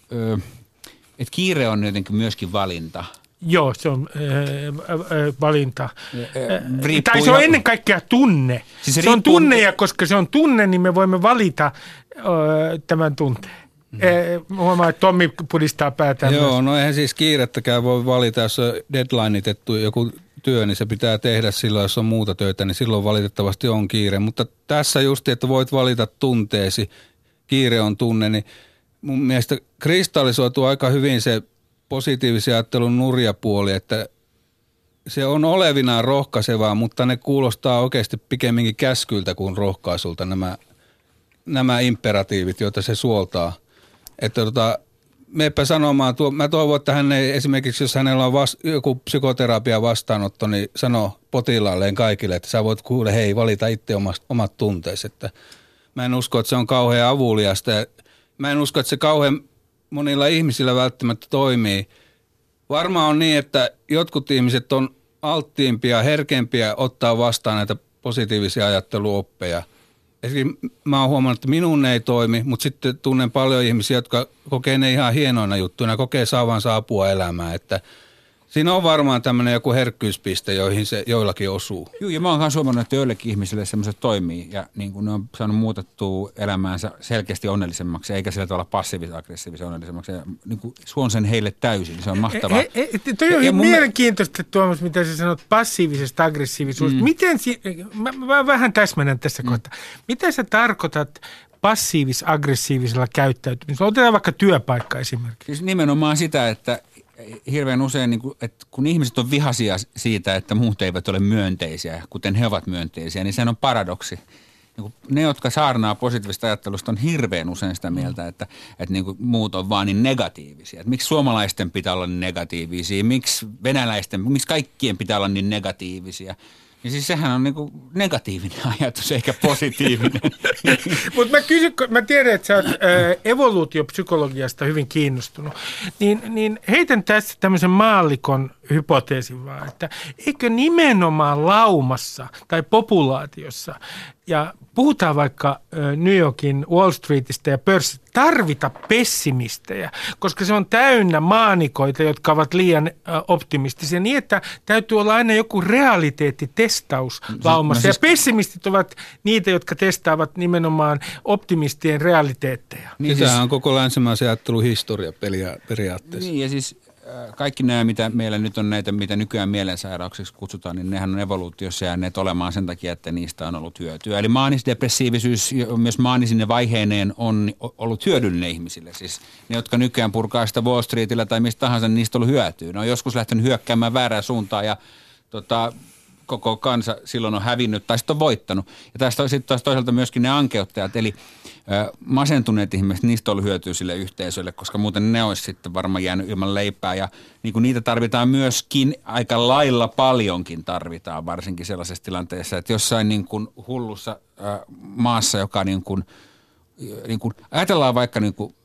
että kiire on jotenkin myöskin valinta. Joo, se on äh, äh, valinta. Riippuu tai se on ennen kaikkea tunne. Siis se se riippuu... on tunne, ja koska se on tunne, niin me voimme valita äh, tämän tunteen. Mm-hmm. Huomaa, että Tommi pudistaa päätään. Joo, myös. No eihän siis kiirettäkään voi valita, jos on deadlineitettu joku työ, niin se pitää tehdä silloin, jos on muuta töitä, niin silloin valitettavasti on kiire. Mutta tässä just, että voit valita tunteesi, kiire on tunne, niin mun mielestä kristallisoituu aika hyvin se positiivisen ajattelun nurjapuoli, että se on olevinaan rohkaisevaa, mutta ne kuulostaa oikeasti pikemminkin käskyltä kuin rohkaisulta nämä, nämä imperatiivit, joita se suoltaa. Että tota, meepä sanomaan, tuo, mä toivon, että hän ei esimerkiksi, jos hänellä on vas, joku psykoterapia vastaanotto, niin sano potilaalleen kaikille, että sä voit kuule, hei, valita itse omat, omat tunteesi. Että mä en usko, että se on kauhean avuliasta ja mä en usko, että se kauhean monilla ihmisillä välttämättä toimii. Varmaan on niin, että jotkut ihmiset on alttiimpia, herkempiä ottaa vastaan näitä positiivisia ajatteluoppeja. Esimerkiksi mä oon huomannut, että minun ei toimi, mutta sitten tunnen paljon ihmisiä, jotka kokee ne ihan hienoina juttuina, kokee saavansa apua elämään, että siinä on varmaan tämmöinen joku herkkyyspiste, joihin se joillakin osuu. Joo, ja mä oon myös huomannut, että joillekin ihmisille semmoiset toimii ja niin kuin ne on saanut muutettua elämäänsä selkeästi onnellisemmaksi, eikä sillä tavalla passiivis-aggressiivisen onnellisemmaksi. Ja niin kuin suon sen heille täysin, se on mahtavaa. He, he, he, toi on ja mielenkiintoista, Tuomas, mitä sä sanot passiivisesta aggressiivisuudesta. Mm. Miten, si- mä, mä vähän täsmennän tässä mm. kohtaa. Mitä sä tarkoitat passiivis-aggressiivisella käyttäytymisellä? Otetaan vaikka työpaikka esimerkiksi. Siis nimenomaan sitä, että hirveän usein, niin kuin, että kun ihmiset on vihaisia siitä, että muut eivät ole myönteisiä, kuten he ovat myönteisiä, niin sehän on paradoksi. Niin ne, jotka saarnaa positiivista ajattelusta, on hirveän usein sitä mieltä, että, että niin kuin muut on vaan niin negatiivisia. Että miksi suomalaisten pitää olla niin negatiivisia, miksi venäläisten, miksi kaikkien pitää olla niin negatiivisia. Ja siis sehän on niinku negatiivinen ajatus, eikä positiivinen. Mutta mä kysyn, mä tiedän, että sä oot ä, evoluutiopsykologiasta hyvin kiinnostunut, niin, niin heitän tässä tämmöisen maallikon hypoteesin vaan, että eikö nimenomaan laumassa tai populaatiossa, ja puhutaan vaikka New Yorkin Wall Streetistä ja pörssistä, tarvita pessimistejä, koska se on täynnä maanikoita, jotka ovat liian optimistisia, niin että täytyy olla aina joku realiteettitestaus laumassa. No siis, ja pessimistit ovat niitä, jotka testaavat nimenomaan optimistien realiteetteja. Niin siis, Tämähän on koko länsimaisen ajattelun historia periaatteessa. Niin ja siis kaikki nämä, mitä meillä nyt on näitä, mitä nykyään mielensairauksiksi kutsutaan, niin nehän on evoluutiossa jääneet olemaan sen takia, että niistä on ollut hyötyä. Eli maanisdepressiivisyys myös maanisine vaiheineen on ollut hyödyllinen ihmisille. Siis ne, jotka nykyään purkaa sitä Wall Streetillä tai mistä tahansa, niin niistä on ollut hyötyä. Ne on joskus lähtenyt hyökkäämään väärään suuntaan ja tota, koko kansa silloin on hävinnyt tai sitten on voittanut. Ja tästä on sitten toisaalta myöskin ne ankeuttajat, eli ö, masentuneet ihmiset, niistä on ollut hyötyä sille yhteisölle, koska muuten ne olisi sitten varmaan jäänyt ilman leipää. Ja niin kuin niitä tarvitaan myöskin aika lailla paljonkin tarvitaan, varsinkin sellaisessa tilanteessa, että jossain niin kuin hullussa ö, maassa, joka niin kuin, niin kuin ajatellaan vaikka niin kuin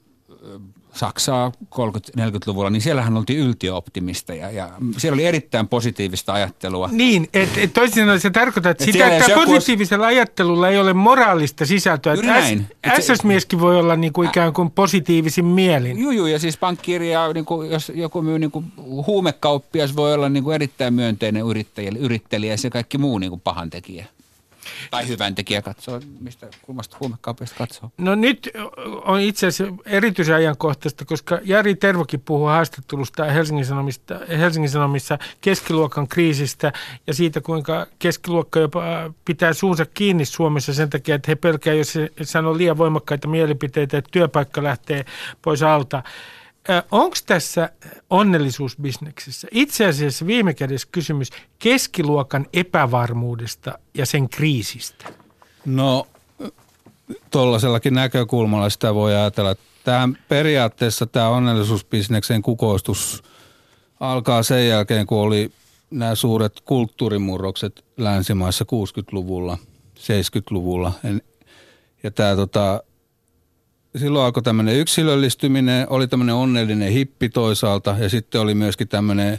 Saksaa kolmekymmentä-neljäkymmentäluvulla, niin siellähän oltiin yltiöoptimisteja ja siellä oli erittäin positiivista ajattelua. Niin, että et toisin sanoen se tarkoittaa, että et sitä, että joku positiivisella ajattelulla ei ole moraalista sisältöä. Juuri näin. S S-mieskin voi olla niin kuin ikään kuin positiivisin mielin. Juu, juu, ja siis pankkiiri ja niin kuin, jos joku myy niin kuin huumekauppias voi olla niin kuin erittäin myönteinen yrittelijä ja se kaikki muu niin kuin pahantekijä. Tai hyvän tekijä katsoo, mistä kulmasta huumekauppiasta katsoo. No nyt on itse asiassa erityisen ajankohtaista, koska Jari Tervokin puhuu haastattelusta Helsingin Sanomista, Helsingin Sanomissa keskiluokan kriisistä ja siitä, kuinka keskiluokka jopa pitää suunsa kiinni Suomessa sen takia, että he pelkää, jos he sanoo liian voimakkaita mielipiteitä, että työpaikka lähtee pois alta. Onko tässä onnellisuusbisneksessä itse asiassa viime kädessä kysymys keskiluokan epävarmuudesta ja sen kriisistä? No tuollaisellakin näkökulmalla sitä voi ajatella. Tähän periaatteessa tämä onnellisuusbisneksen kukoistus alkaa sen jälkeen, kun oli nämä suuret kulttuurimurrokset länsimaissa kuusikymmentäluvulla, seitsemänkymmentäluvulla. Ja tämä tota... Silloin alkoi tämmöinen yksilöllistyminen, oli tämmöinen onnellinen hippi toisaalta ja sitten oli myöskin tämmöinen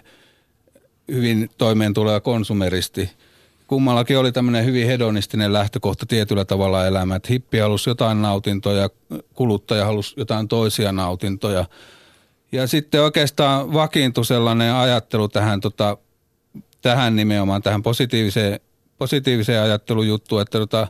hyvin toimeentuleva konsumeristi. Kummallakin oli tämmöinen hyvin hedonistinen lähtökohta tietyllä tavalla elämään, että hippi halusi jotain nautintoja, kuluttaja halusi jotain toisia nautintoja. Ja sitten oikeastaan vakiintui sellainen ajattelu tähän, tota, tähän nimenomaan, tähän positiiviseen, positiiviseen ajattelujuttuun, että tota,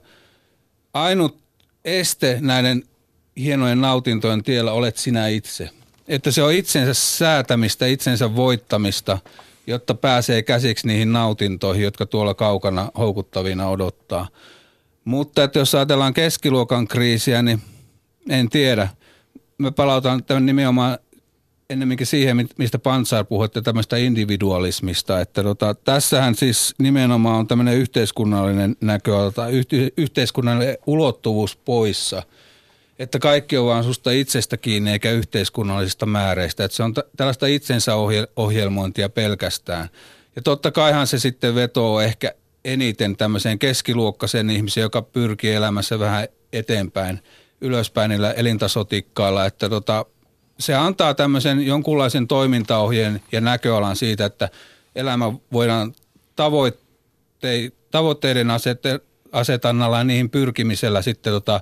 ainut este näiden hienojen nautintojen tiellä olet sinä itse. Että se on itsensä säätämistä, itsensä voittamista, jotta pääsee käsiksi niihin nautintoihin, jotka tuolla kaukana houkuttavina odottaa. Mutta että jos ajatellaan keskiluokan kriisiä, niin en tiedä. Me palautan tämän nimenomaan ennemminkin siihen, mistä Pantsar puhui, että tämmöistä individualismista. Että tota, tässähän siis nimenomaan on tämmöinen yhteiskunnallinen näköala tai yhteiskunnallinen ulottuvuus poissa. että kaikki on vaan susta itsestä kiinni eikä yhteiskunnallisista määreistä. Että se on t- tällaista itsensä ohje- ohjelmointia pelkästään. Ja totta kaihan se sitten vetoo ehkä eniten tämmöiseen keskiluokkaiseen ihmiseen, joka pyrkii elämässä vähän eteenpäin, ylöspäin niillä elintasotikkailla, että tota, se antaa tämmöisen jonkunlaisen toimintaohjeen ja näköalan siitä, että elämä voidaan tavoitte- tavoitteiden asette- asetannalla ja niihin pyrkimisellä sitten tota,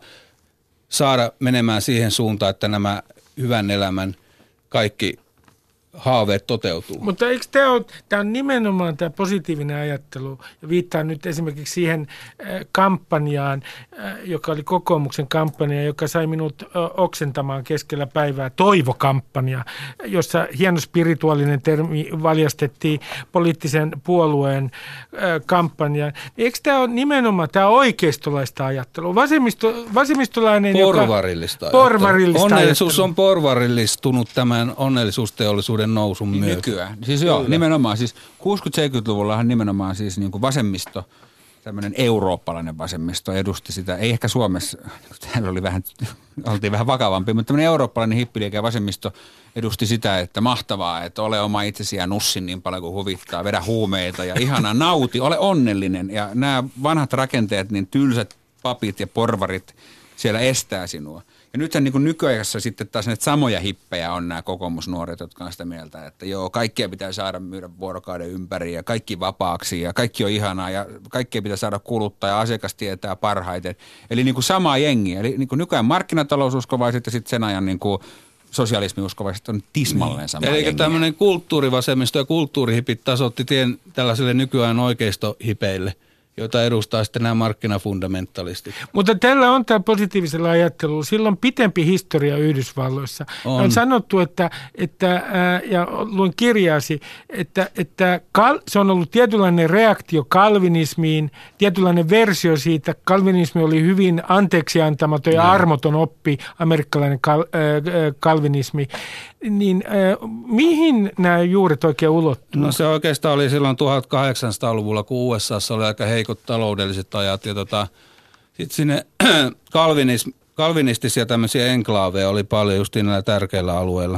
saada menemään siihen suuntaan, että nämä hyvän elämän kaikki haaveet toteutuu. Mutta eikö tämä ole, tämä on nimenomaan tämä positiivinen ajattelu, ja viittaan nyt esimerkiksi siihen kampanjaan, joka oli kokoomuksen kampanja, joka sai minut oksentamaan keskellä päivää, toivokampanja, jossa hieno spirituaalinen termi valjastettiin poliittisen puolueen kampanjaan. Eikö tämä ole nimenomaan tämä oikeistolaista ajattelua? Vasemmisto, vasemmistolainen, porvarillista joka... Porvarillista Onnellisuus on porvarillistunut tämän onnellisuusteollisuuden nousun myötä. Nykyään. Siis joo, nimenomaan. Siis kuusikymmentä-seitsemänkymmentäluvullahan nimenomaan siis niin kuin vasemmisto, tämmöinen eurooppalainen vasemmisto edusti sitä. Ei ehkä Suomessa, täällä oli vähän, oltiin vähän vakavampi, mutta tämmöinen eurooppalainen hippiliike ja vasemmisto edusti sitä, että mahtavaa, että ole oma itsesi ja nussin niin paljon kuin huvittaa, vedä huumeita ja ihanaa, nauti, ole onnellinen. Ja nämä vanhat rakenteet, niin tylsät papit ja porvarit siellä estää sinua. Ja nythän niin kuin nykyajassa sitten taas näitä samoja hippejä on nämä kokoomusnuoret, jotka on sitä mieltä, että joo, kaikkea pitää saada myydä vuorokauden ympäri ja kaikki vapaaksi ja kaikki on ihanaa ja kaikkea pitää saada kuluttaa ja asiakas tietää parhaiten. Eli niin kuin sama jengi. Eli niin kuin nykyään markkinataloususkovaiset ja sitten sen ajan niin kuin sosialismiuskovaiset on tismalleen sama Eli jengi. tämmöinen kulttuurivasemmisto ja kulttuurihipit tasoitti tien tällaisille nykyään oikeistohipeille, joita edustaa sitten nämä markkinafundamentalistit. Mutta tällä on tämä positiivisella ajattelulla. Sillä on pitempi historia Yhdysvalloissa. On, on sanottu, että, että ää, ja luin kirjaasi, että, että kal, se on ollut tietynlainen reaktio kalvinismiin, tietynlainen versio siitä. Kalvinismi oli hyvin anteeksiantamaton ja armoton oppi, amerikkalainen kal, ää, kalvinismi. Niin ää, mihin nämä juuret oikein ulottuu? No se oikeastaan oli silloin tuhatkahdeksansataaluvulla, kun U S A:ssa oli aika heikot taloudelliset ajat. Ja tota, sitten sinne kalvinis, kalvinistisia tämmöisiä enklaaveja oli paljon just näillä tärkeillä alueilla.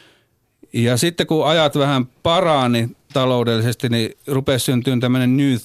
Ja sitten kun ajat vähän parani taloudellisesti, niin rupesi syntyä tämmöinen New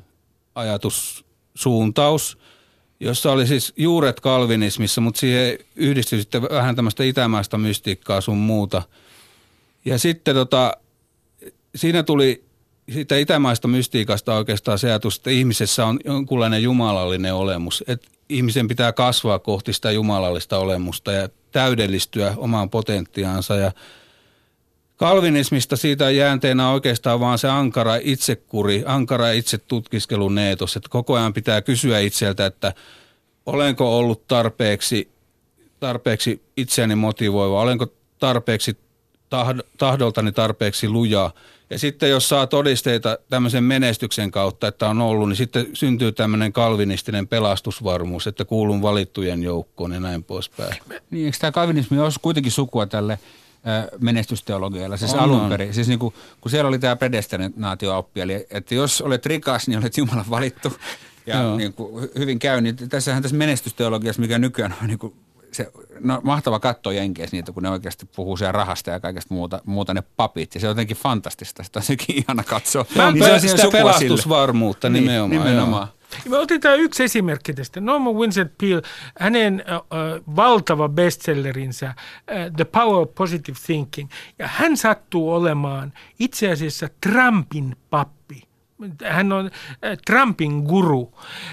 Thought-ajatussuuntaus, jossa oli siis juuret kalvinismissa, mutta siihen yhdistyi sitten vähän tämmöistä itämaista mystiikkaa sun muuta. Ja sitten tota, siinä tuli siitä itämaista mystiikasta oikeastaan se ajatus, että ihmisessä on jonkunlainen jumalallinen olemus. Että ihmisen pitää kasvaa kohti sitä jumalallista olemusta ja täydellistyä omaan potentiaansa. Ja kalvinismista siitä jäänteenä oikeastaan vaan se ankara itsekuri, ankara itsetutkiskelun eetos, että koko ajan pitää kysyä itseltä, että olenko ollut tarpeeksi, tarpeeksi itseäni motivoiva, olenko tarpeeksi tahdoltani tarpeeksi lujaa. Ja sitten jos saa todisteita tämmöisen menestyksen kautta, että on ollut, niin sitten syntyy tämmöinen kalvinistinen pelastusvarmuus, että kuulun valittujen joukkoon ja näin poispäin. Niin, eikö tämä kalvinismi olisi kuitenkin sukua tälle menestysteologialla, siis on, alun perin. Siis niin kuin, kun siellä oli tämä predestinaatio-oppi, eli että jos olet rikas, niin olet Jumalan valittu ja niin kuin hyvin käy, niin tässähän tässä menestysteologiassa, mikä nykyään on niin kuin se, no, mahtava katsoa jenkeissä niitä, kun ne oikeasti puhuu siellä rahasta ja kaikesta muuta, muuta ne papit. Ja se on jotenkin fantastista, sitä on sekin ihana katsoa. Mä niin se on sitä pelastusvarmuutta niin, nimenomaan. nimenomaan. Me otetaan yksi esimerkki tästä. Norman Vincent Peale, hänen äh, valtava bestsellerinsä äh, The Power of Positive Thinking. Ja hän sattuu olemaan itse asiassa Trumpin pappi. Hän on äh, Trumpin guru.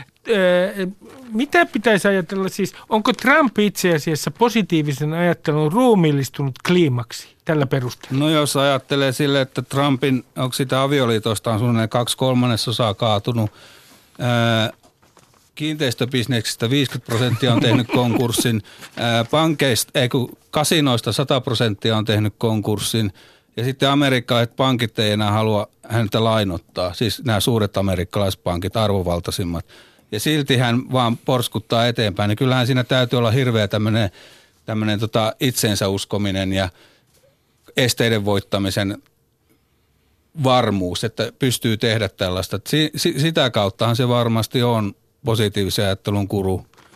Mitä pitäisi ajatella siis, onko Trump itse asiassa positiivisen ajattelun ruumiillistunut kliimaksi tällä perusteella? No jos ajattelee sille, että Trumpin, onko sitä avioliitosta on suunnilleen kaksi kolmannesosaa kaatunut, ää, kiinteistöbisneksestä viisikymmentä prosenttia on tehnyt konkurssin, ää, pankeista, ei kun kasinoista sata prosenttia on tehnyt konkurssin, ja sitten amerikkalaiset pankit ei enää halua häntä lainottaa, siis nämä suuret amerikkalaispankit, arvovaltaisimmat. Ja silti hän vaan porskuttaa eteenpäin. Niin kyllähän siinä täytyy olla hirveä tämmöinen, tämmöinen tota itsensä uskominen ja esteiden voittamisen varmuus, että pystyy tehdä tällaista. Si, si, sitä kauttahan se varmasti on positiivisen ajattelun guru.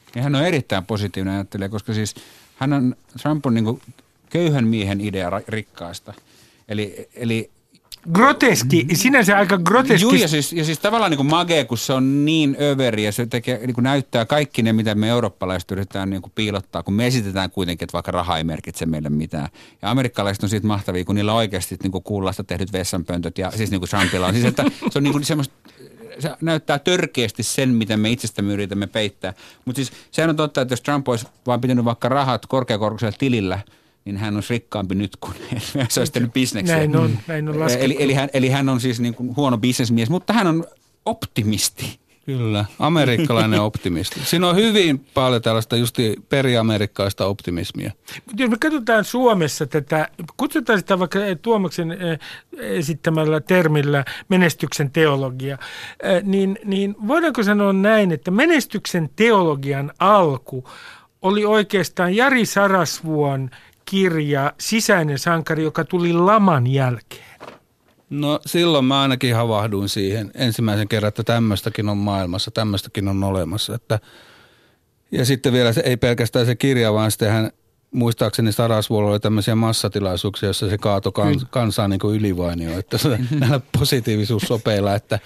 niin hän on erittäin positiivinen ajattelija, koska siis hän on, Trump on niin kuin köyhän miehen idea rikkaasta. Eli, eli groteski, sinänsä aika groteski. Juu, ja siis, ja siis tavallaan niin kuin magee, kun se on niin överi ja se tekee, niin kuin näyttää kaikki ne, mitä me eurooppalaiset yritetään niin kuin piilottaa, kun me esitetään kuitenkin, että vaikka raha ei merkitse meille mitään. Ja amerikkalaiset on siitä mahtavia, kun niillä on oikeasti niin kuin kuullasta tehdyt vessanpöntöt ja siis niin kuin Trumpilla on. Siis että se on niin kuin semmoista, se näyttää törkeästi sen, miten me itsestämme yritämme peittää. Mutta siis sehän on totta, että jos Trump olisi vaan pitänyt vaikka rahat korkeakorkoisella tilillä, niin hän olisi rikkaampi nyt kuin se olisi tehnyt bisneksiä. Näin on, näin on laskettu. Eli, eli, hän, eli hän on siis niin kuin huono bisnesmies, mutta hän on optimisti. Kyllä, amerikkalainen optimisti. Siinä on hyvin paljon tällaista justi periamerikkalaista optimismia. Mutta jos me katsotaan Suomessa tätä, kutsutaan sitä vaikka Tuomaksen esittämällä termillä menestyksen teologia, niin, niin voidaanko sanoa näin, että menestyksen teologian alku oli oikeastaan Jari Sarasvuon kirja Sisäinen sankari, joka tuli laman jälkeen? No silloin mä ainakin havahduin siihen ensimmäisen kerran, että tämmöistäkin on maailmassa, tämmöistäkin on olemassa. Että, ja sitten vielä se, ei pelkästään se kirja, vaan sitten hän, muistaakseni Sarasvuolla oli tämmöisiä massatilaisuuksia, jossa se kaatoi kans, kansaa niin kuin ylivainio, että se, näillä positiivisuussopeilla. Että,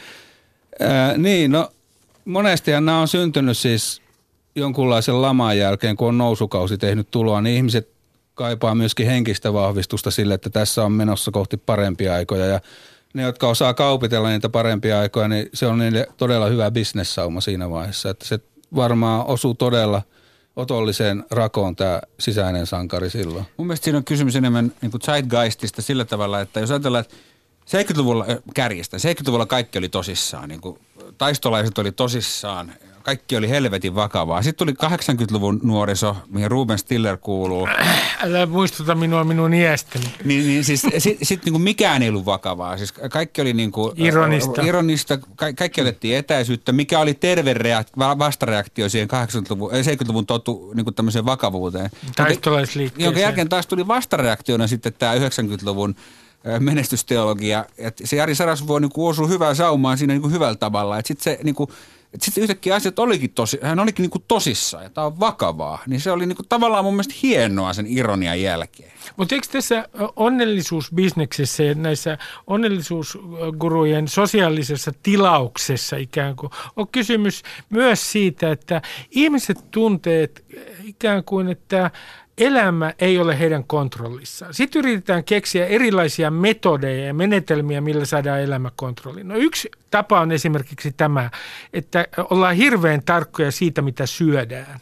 ää, niin, no monestihan nämä on syntynyt siis jonkunlaisen laman jälkeen, kun on nousukausi tehnyt tuloa, niin ihmiset kaipaa myöskin henkistä vahvistusta sille, että tässä on menossa kohti parempia aikoja. Ja ne, jotka osaa kaupitella niitä parempia aikoja, niin se on niille todella hyvä bisnessauma siinä vaiheessa. Että se varmaan osuu todella otolliseen rakoon tämä sisäinen sankari silloin. Mun mielestä siinä on kysymys enemmän niin kuin zeitgeistista sillä tavalla, että jos ajatellaan, että seitsemänkymmentäluvulla kärjistä, seitsemänkymmentäluvulla kaikki oli tosissaan, niin kuin taistolaiset oli tosissaan, kaikki oli helvetin vakavaa. Sitten tuli kahdeksankymmentäluvun nuoriso, mihin Ruben Stiller kuuluu. Älä muistuta minua minun iästäni. Niin, niin siis sitten sit, niin kuin mikään ei ollut vakavaa. Siis kaikki oli niin kuin ironista. Äh, ironista. Ka- kaikki otettiin etäisyyttä, mikä oli terve reak- vastareaktio siihen kahdeksankymmentäluvun, seitsemänkymmentäluvun totu niin kuin tämmöiseen vakavuuteen. Taistolaisliikkeeseen. Jonka jälkeen taas tuli vastareaktiona sitten tämä yhdeksänkymmentäluvun menestysteologia. Et se Jari Sarasvuo niin kuin osui hyvään saumaan siinä niin kuin hyvällä tavalla. Sitten se niin kuin sitten yhtäkkiä asiat olikin tosi, hän olikin niinku tosissaan ja tämä on vakavaa. Niin se oli niinku tavallaan mun mielestä hienoa sen ironian jälkeen. Mutta eikö tässä onnellisuusbisneksessä ja näissä onnellisuusgurujen sosiaalisessa tilauksessa ikään kuin on kysymys myös siitä, että ihmiset tunteet ikään kuin, että elämä ei ole heidän kontrollissaan. Sitten yritetään keksiä erilaisia metodeja ja menetelmiä, millä saadaan elämä kontrolliin. No yksi tapa on esimerkiksi tämä, että ollaan hirveän tarkkoja siitä, mitä syödään.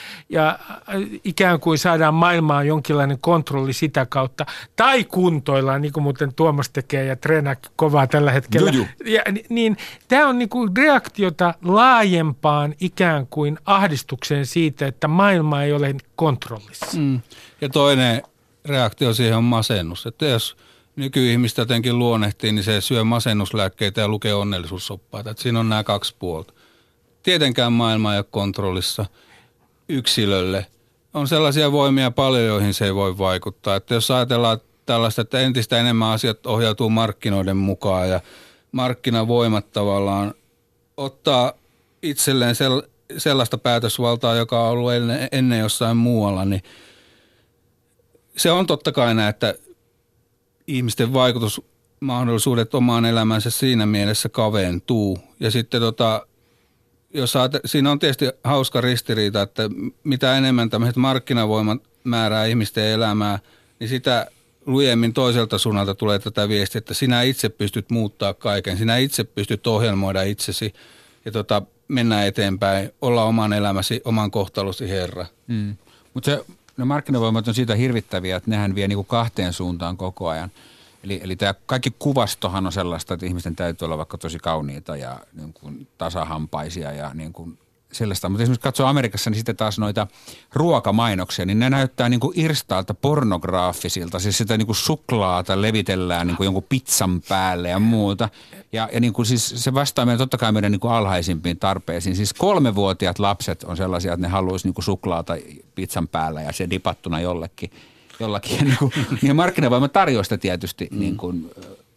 Ja ikään kuin saadaan maailmaan jonkinlainen kontrolli sitä kautta. Tai kuntoillaan, niin kuin muuten Tuomas tekee ja treenaa kovaa tällä hetkellä. Ja, niin, tämä on niin kuin reaktiota laajempaan ikään kuin ahdistukseen siitä, että maailma ei ole kontrollissa. Mm. Ja toinen reaktio siihen on masennus. Että jos nykyihmistä jotenkin luonnehtii, niin se syö masennuslääkkeitä ja lukee onnellisuusoppaita. Että siinä on nämä kaksi puolta. Tietenkään maailma ei ole kontrollissa yksilölle. On sellaisia voimia paljon, joihin se ei voi vaikuttaa. Että jos ajatellaan tällaista, että entistä enemmän asiat ohjautuu markkinoiden mukaan ja markkinavoimat tavallaan ottaa itselleen sellaista päätösvaltaa, joka on ollut ennen jossain muualla, niin se on totta kai näin, että ihmisten vaikutusmahdollisuudet omaan elämänsä siinä mielessä kaventuu. Ja sitten tota, jos ajate, siinä on tietysti hauska ristiriita, että mitä enemmän tämmöiset markkinavoimat määrää ihmisten elämää, niin sitä lujemmin toiselta suunnalta tulee tätä viestiä, että sinä itse pystyt muuttaa kaiken, sinä itse pystyt ohjelmoida itsesi ja tota, mennä eteenpäin, olla oman elämäsi, oman kohtalosi herra. Mm. Mutta ne markkinavoimat on siitä hirvittäviä, että nehän vie niinku kahteen suuntaan koko ajan. Eli, eli tämä kaikki kuvastohan on sellaista, että ihmisten täytyy olla vaikka tosi kauniita ja niin kuin tasahampaisia ja niin kuin sellaista. Mutta esimerkiksi katsoo Amerikassa, niin sitten taas noita ruokamainoksia, niin ne näyttää niin kuin irstaalta pornograafisilta. Siis sitä niin kuin suklaata levitellään niin kuin jonkun pizzan päälle ja muuta. Ja, ja niin kuin siis se vastaa meidän totta kai meidän niin kuin alhaisimpiin tarpeisiin. Siis kolmevuotiaat lapset on sellaisia, että ne haluaisi niin kuin suklaata pizzan päällä ja se dipattuna jollekin. Jollakin. Ja, niin kuin, ja markkinavoima tarjoaa sitä tietysti mm. niin kuin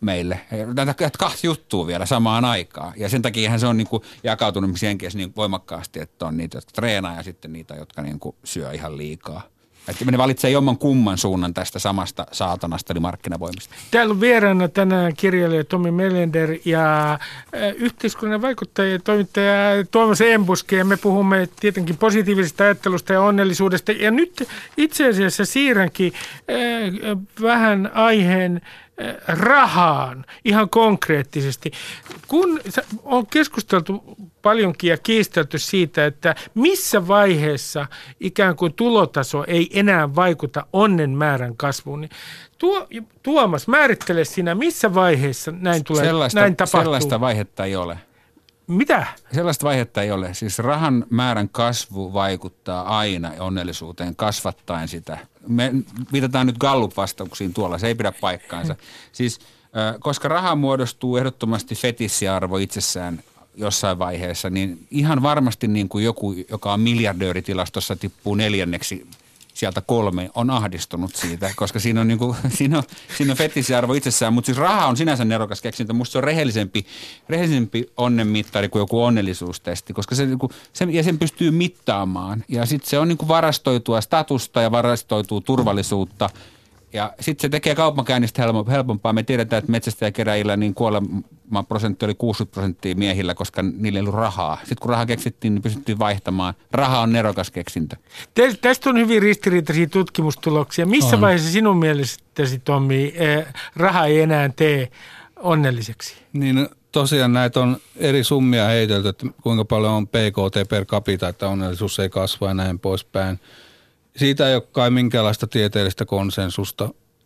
meille. Näitä kahta juttua vielä samaan aikaan. Ja sen takia se on niin kuin jakautunut jenkeissä niin voimakkaasti, että on niitä, jotka treenaa ja sitten niitä, jotka niin kuin syö ihan liikaa. Että ne valitsee jomman kumman suunnan tästä samasta saatanasta, eli markkinavoimista. Täällä on vieraana tänään kirjailija Tomi Melander ja yhteiskunnan vaikuttaja ja toimittaja Tuomas Enbuske. Ja me puhumme tietenkin positiivisesta ajattelusta ja onnellisuudesta. Ja nyt itse asiassa siirränkin äh, vähän aiheen äh, rahaan ihan konkreettisesti. Kun on keskusteltu paljonkin ja kiistelty siitä, että missä vaiheessa ikään kuin tulotaso ei enää vaikuta onnen määrän kasvuun, niin tuo, Tuomas, määrittele sinä, missä vaiheessa näin, tulee, sellaista, näin tapahtuu? Sellaista vaihetta ei ole. Mitä? Sellaista vaihetta ei ole. Siis rahan määrän kasvu vaikuttaa aina onnellisuuteen kasvattaen sitä. Me viitataan nyt Gallup-vastauksiin tuolla, se ei pidä paikkaansa. Siis, koska raha muodostuu ehdottomasti fetissiarvo itsessään jossain vaiheessa, niin ihan varmasti niin kuin joku, joka on miljardööritilastossa tippuu neljänneksi sieltä kolme, on ahdistunut siitä, koska siinä on, niin kuin, siinä on, siinä on fetissiarvo itsessään, mutta siis raha on sinänsä nerokas keksintö. Musta se on rehellisempi, rehellisempi onnenmittari kuin joku onnellisuustesti, koska se, se, ja sen pystyy mittaamaan. Ja sitten se on niin kuin varastoitua statusta ja varastoitua turvallisuutta. Ja sitten se tekee kaupankäynnistä helpompaa. Me tiedetään, että metsästäjäkeräjillä niin kuolema prosentti oli kuusikymmentä prosenttia miehillä, koska niillä ei ollut rahaa. Sitten kun raha keksittiin, niin pystyttiin vaihtamaan. Raha on nerokas keksintö. Tästä on hyvin ristiriitaisia tutkimustuloksia. Missä on. vaiheessa sinun mielestäsi, Tommi, raha ei enää tee onnelliseksi? Niin tosiaan näitä on eri summia heitelty, että kuinka paljon on P K T per capita, että onnellisuus ei kasva ja näin poispäin. Siitä ei ole kai minkäänlaista tieteellistä konsensusta,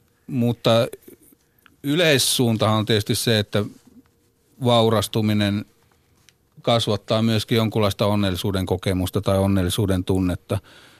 mutta yleissuuntahan on tietysti se, että vaurastuminen kasvattaa myöskin jonkunlaista onnellisuuden kokemusta tai onnellisuuden tunnetta.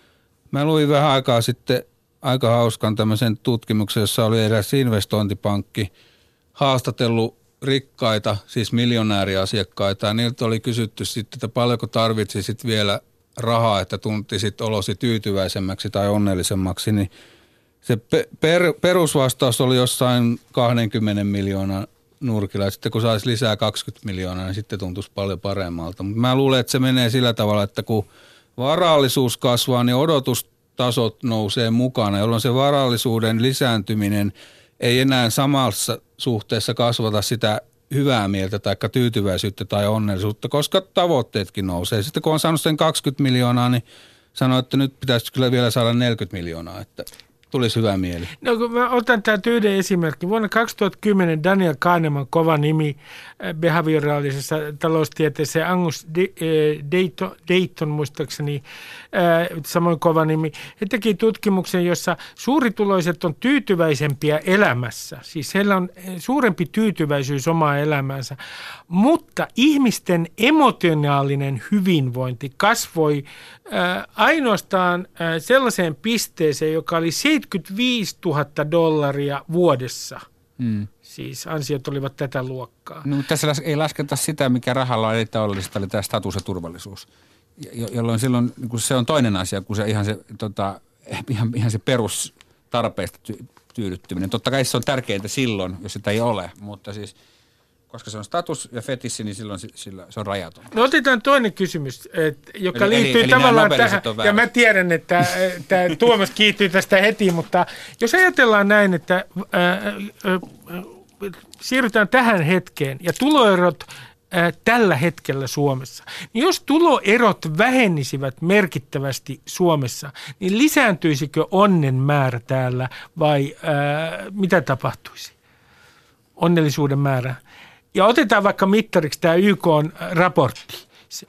Mä luin vähän aikaa sitten aika hauskan tämmöisen tutkimuksen, jossa oli eräs investointipankki haastatellut rikkaita, siis miljonääriasiakkaita, ja niiltä oli kysytty sitten, että paljonko tarvitsisit vielä rahaa, että tuntisit olosi tyytyväisemmäksi tai onnellisemmaksi, niin se per, perusvastaus oli jossain kaksikymmentä miljoonaa nurkilla. Sitten kun saisi lisää kaksikymmentä miljoonaa, niin sitten tuntuisi paljon paremmalta. Mutta mä luulen, että se menee sillä tavalla, että kun varallisuus kasvaa, niin odotustasot nousee mukana, jolloin se varallisuuden lisääntyminen ei enää samassa suhteessa kasvata sitä hyvää mieltä tai tyytyväisyyttä tai onnellisuutta, koska tavoitteetkin nousee. Sitten kun on saanut sen kaksikymmentä miljoonaa, niin sanoo, että nyt pitäisi kyllä vielä saada neljäkymmentä miljoonaa, että tulisi hyvä mieli. No kun mä otan täältä yhden esimerkin. Vuonna kaksituhattakymmenen Daniel Kahneman, kova nimi behavioraalisessa taloustieteessä, Angus Deaton, Deaton muistaakseni, samoin kova nimi. He teki tutkimuksen, jossa suurituloiset on tyytyväisempiä elämässä. Siis heillä on suurempi tyytyväisyys omaa elämäänsä, mutta ihmisten emotionaalinen hyvinvointi kasvoi ainoastaan sellaiseen pisteeseen, joka oli seitsemänkymmentäviisituhatta dollaria vuodessa. Hmm. Siis ansiot olivat tätä luokkaa. No, tässä ei lasketa sitä, mikä rahalla on etäollista, eli tämä status ja turvallisuus. Jolloin silloin niin se on toinen asia kuin se ihan se, tota, ihan, ihan se perustarpeista ty- tyydyttyminen. Totta kai se on tärkeintä silloin, jos sitä ei ole, mutta siis koska se on status ja fetissi, niin silloin sillä, se on rajaton. No otetaan toinen kysymys, et, joka eli, liittyy eli, tavallaan eli tähän. Ja mä tiedän, että tämä Tuomas kiittyy tästä heti, mutta jos ajatellaan näin, että ää, ää, siirrytään tähän hetkeen ja tuloerot ää, tällä hetkellä Suomessa, niin jos tuloerot vähenisivät merkittävästi Suomessa, niin lisääntyisikö onnen määrä täällä vai ää, mitä tapahtuisi? Onnellisuuden määrä. Ja otetaan vaikka mittariksi tämä Y K-raportti.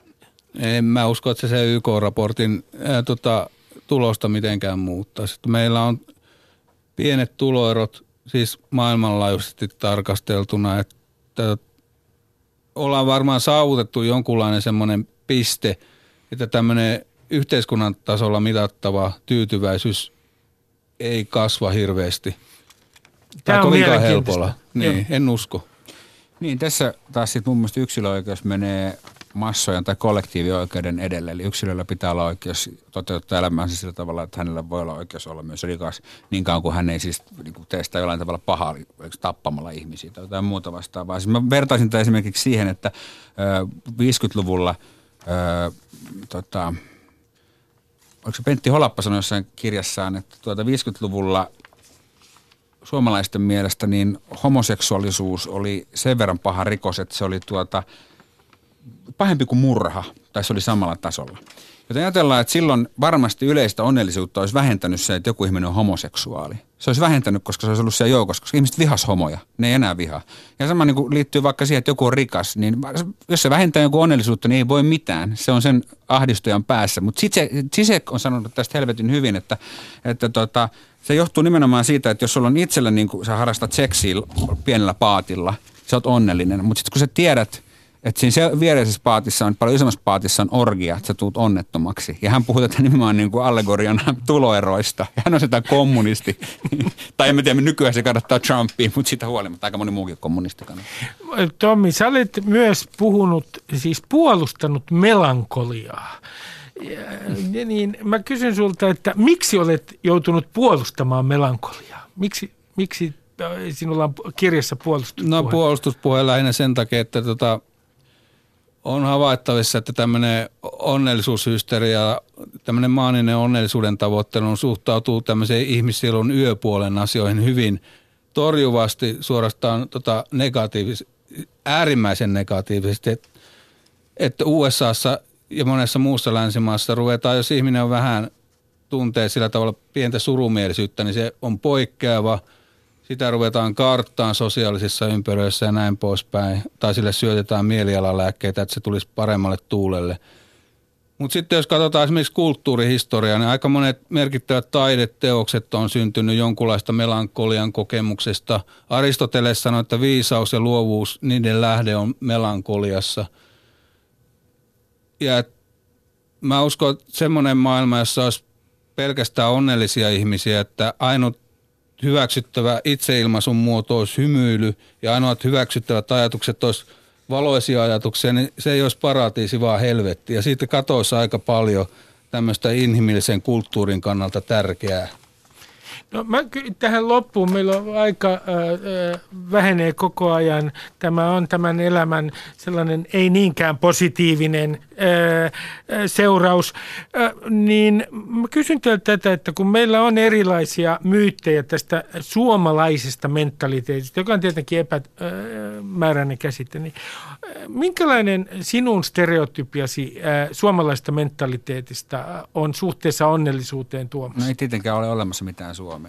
En mä usko, että se, se Y K-raportin ää, tota, tulosta mitenkään muuttaisi. Meillä on pienet tuloerot, siis maailmanlaajuisesti tarkasteltuna, että ollaan varmaan saavutettu jonkunlainen semmoinen piste, että tämmöinen yhteiskunnan tasolla mitattava tyytyväisyys ei kasva hirveästi. Tämä on mielenkiintoista. Niin, en usko. Niin, tässä taas sitten mun mielestä yksilöoikeus menee massojen tai kollektiivioikeuden edelle. Eli yksilöllä pitää olla oikeus toteuttaa elämäänsä sillä tavalla, että hänellä voi olla oikeus olla myös rikas niin kauan kuin hän ei siis niin kuin tee sitä jollain tavalla pahaa, tappamalla ihmisiä tai jotain muuta vastaavaa. Siis mä vertaisin tätä esimerkiksi siihen, että viisikymmentäluvulla Öö, tota, oliko se Pentti Holappa sanoi jossain kirjassaan, että tuota viisikymmentäluvulla suomalaisten mielestä niin homoseksuaalisuus oli sen verran paha rikos, että se oli tuota pahempi kuin murha, tai se oli samalla tasolla. Joten ajatellaan, että silloin varmasti yleistä onnellisuutta olisi vähentänyt se, että joku ihminen on homoseksuaali. Se olisi vähentänyt, koska se olisi ollut siellä joukossa, koska ihmiset vihas homoja. Ne ei enää vihaa. Ja sama niin kuin liittyy vaikka siihen, että joku on rikas, niin jos se vähentää joku onnellisuutta, niin ei voi mitään. Se on sen ahdistujan päässä. Mutta Zizek on sanonut tästä helvetin hyvin, että, että tota, se johtuu nimenomaan siitä, että jos sulla on itsellä, niin kuin sä harrastat seksiä pienellä paatilla, sä oot onnellinen. Mutta sitten kun sä tiedät, että siinä viereisessä paatissa on, paljon isommassa paatissa on orgia, että sä tuut onnettomaksi. Ja hän puhuu tätä nimenomaan niin kuin allegoriana tuloeroista. Ja hän on sitä kommunisti. Tai en tiedä, nykyään se kannattaa Trumpia, mutta sitä huolimatta aika moni muukin kommunisti kannattaa. Tommi, sä olet myös puhunut, siis puolustanut melankoliaa. Ja, niin mä kysyn sulta, että miksi olet joutunut puolustamaan melankoliaa? Miksi, miksi sinulla on kirjassa puolustuspuhe? No puolustuspuhe lähinnä sen takia, että tota, on havaittavissa, että tämmöinen onnellisuushysteria, tämmöinen maaninen onnellisuuden tavoittelu suhtautuu tämmöiseen ihmissielun yöpuolen asioihin hyvin torjuvasti, suorastaan tota negatiivis, äärimmäisen negatiivisesti, että, että U S A:ssa ja monessa muussa länsimaassa ruvetaan, jos ihminen on vähän tuntee sillä tavalla pientä surumielisyyttä, niin se on poikkeava. Sitä ruvetaan karttaan sosiaalisissa ympyröissä ja näin poispäin. Tai sille syötetään mielialalääkkeitä, että se tulisi paremmalle tuulelle. Mutta sitten jos katsotaan esimerkiksi kulttuurihistoriaa, niin aika monet merkittävät taideteokset on syntynyt jonkunlaista melankolian kokemuksesta. Aristoteles sanoi, että viisaus ja luovuus, niiden lähde on melankoliassa. Ja mä uskon, että semmoinen maailma, jossa olisi pelkästään onnellisia ihmisiä, että ainut hyväksyttävä itseilmaisun muoto olisi hymyily ja ainoat hyväksyttävät ajatukset olisi valoisia ajatuksia, niin se ei olisi paratiisi, vaan helvetti. Ja siitä katoisi aika paljon tämmöistä inhimillisen kulttuurin kannalta tärkeää. No mä tähän loppuun, meillä on aika äh, vähenee koko ajan. Tämä on tämän elämän sellainen ei niinkään positiivinen äh, seuraus. Äh, niin mä kysyn teiltä tätä, että kun meillä on erilaisia myyttejä tästä suomalaisesta mentaliteetista, joka on tietenkin epämääräinen käsite, niin äh, minkälainen sinun stereotypiasi äh, suomalaisesta mentaliteetista on suhteessa onnellisuuteen, Tuomas? No ei tietenkään ole olemassa mitään Suomea.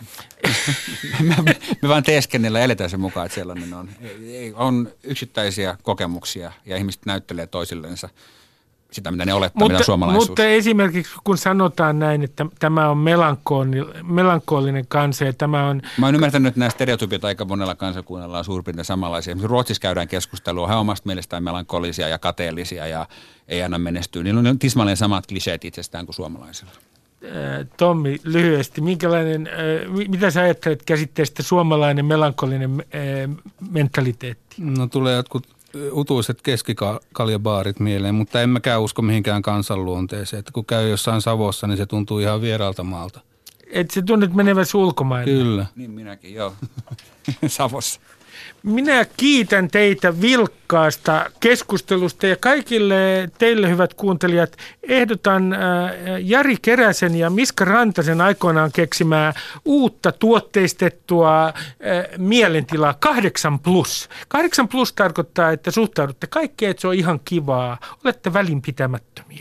me, me vaan teeskennellä eletään sen mukaan, että sellainen on. On yksittäisiä kokemuksia ja ihmiset näyttelee toisillensa sitä, mitä ne olettaa, mutta, mitä suomalaisuus. Mutta esimerkiksi kun sanotaan näin, että tämä on melankoolinen, melankoolinen kansa ja tämä on... Mä oon ymmärtänyt, että nämä stereotypiat aika monella kansakunnalla on suurin piirtein samanlaisia. Esimerkiksi Ruotsissa käydään keskustelua, he on omasta mielestään melankolisia ja kateellisia ja ei aina menestyä. Niillä on tismalleen samat kliseet itsestään kuin suomalaisilla. Tommi, lyhyesti, minkälainen, mitä sä ajattelet käsitteestä suomalainen melankolinen mentaliteetti? No tulee jotkut utuiset keskikaljabaarit mieleen, mutta en mäkään usko mihinkään kansanluonteeseen. Että kun käy jossain Savossa, niin se tuntuu ihan vieraalta maalta. Et se tunnet meneväsi ulkomaille? Kyllä. Niin minäkin, joo. Savossa. Minä kiitän teitä vilkkaasta keskustelusta ja kaikille teille, hyvät kuuntelijat, ehdotan Jari Keräsen ja Miska Rantasen aikoinaan keksimää uutta tuotteistettua mielentilaa kahdeksan plus. kahdeksan plus tarkoittaa, että suhtaudutte kaikkeen, että se on ihan kivaa, olette välinpitämättömiä.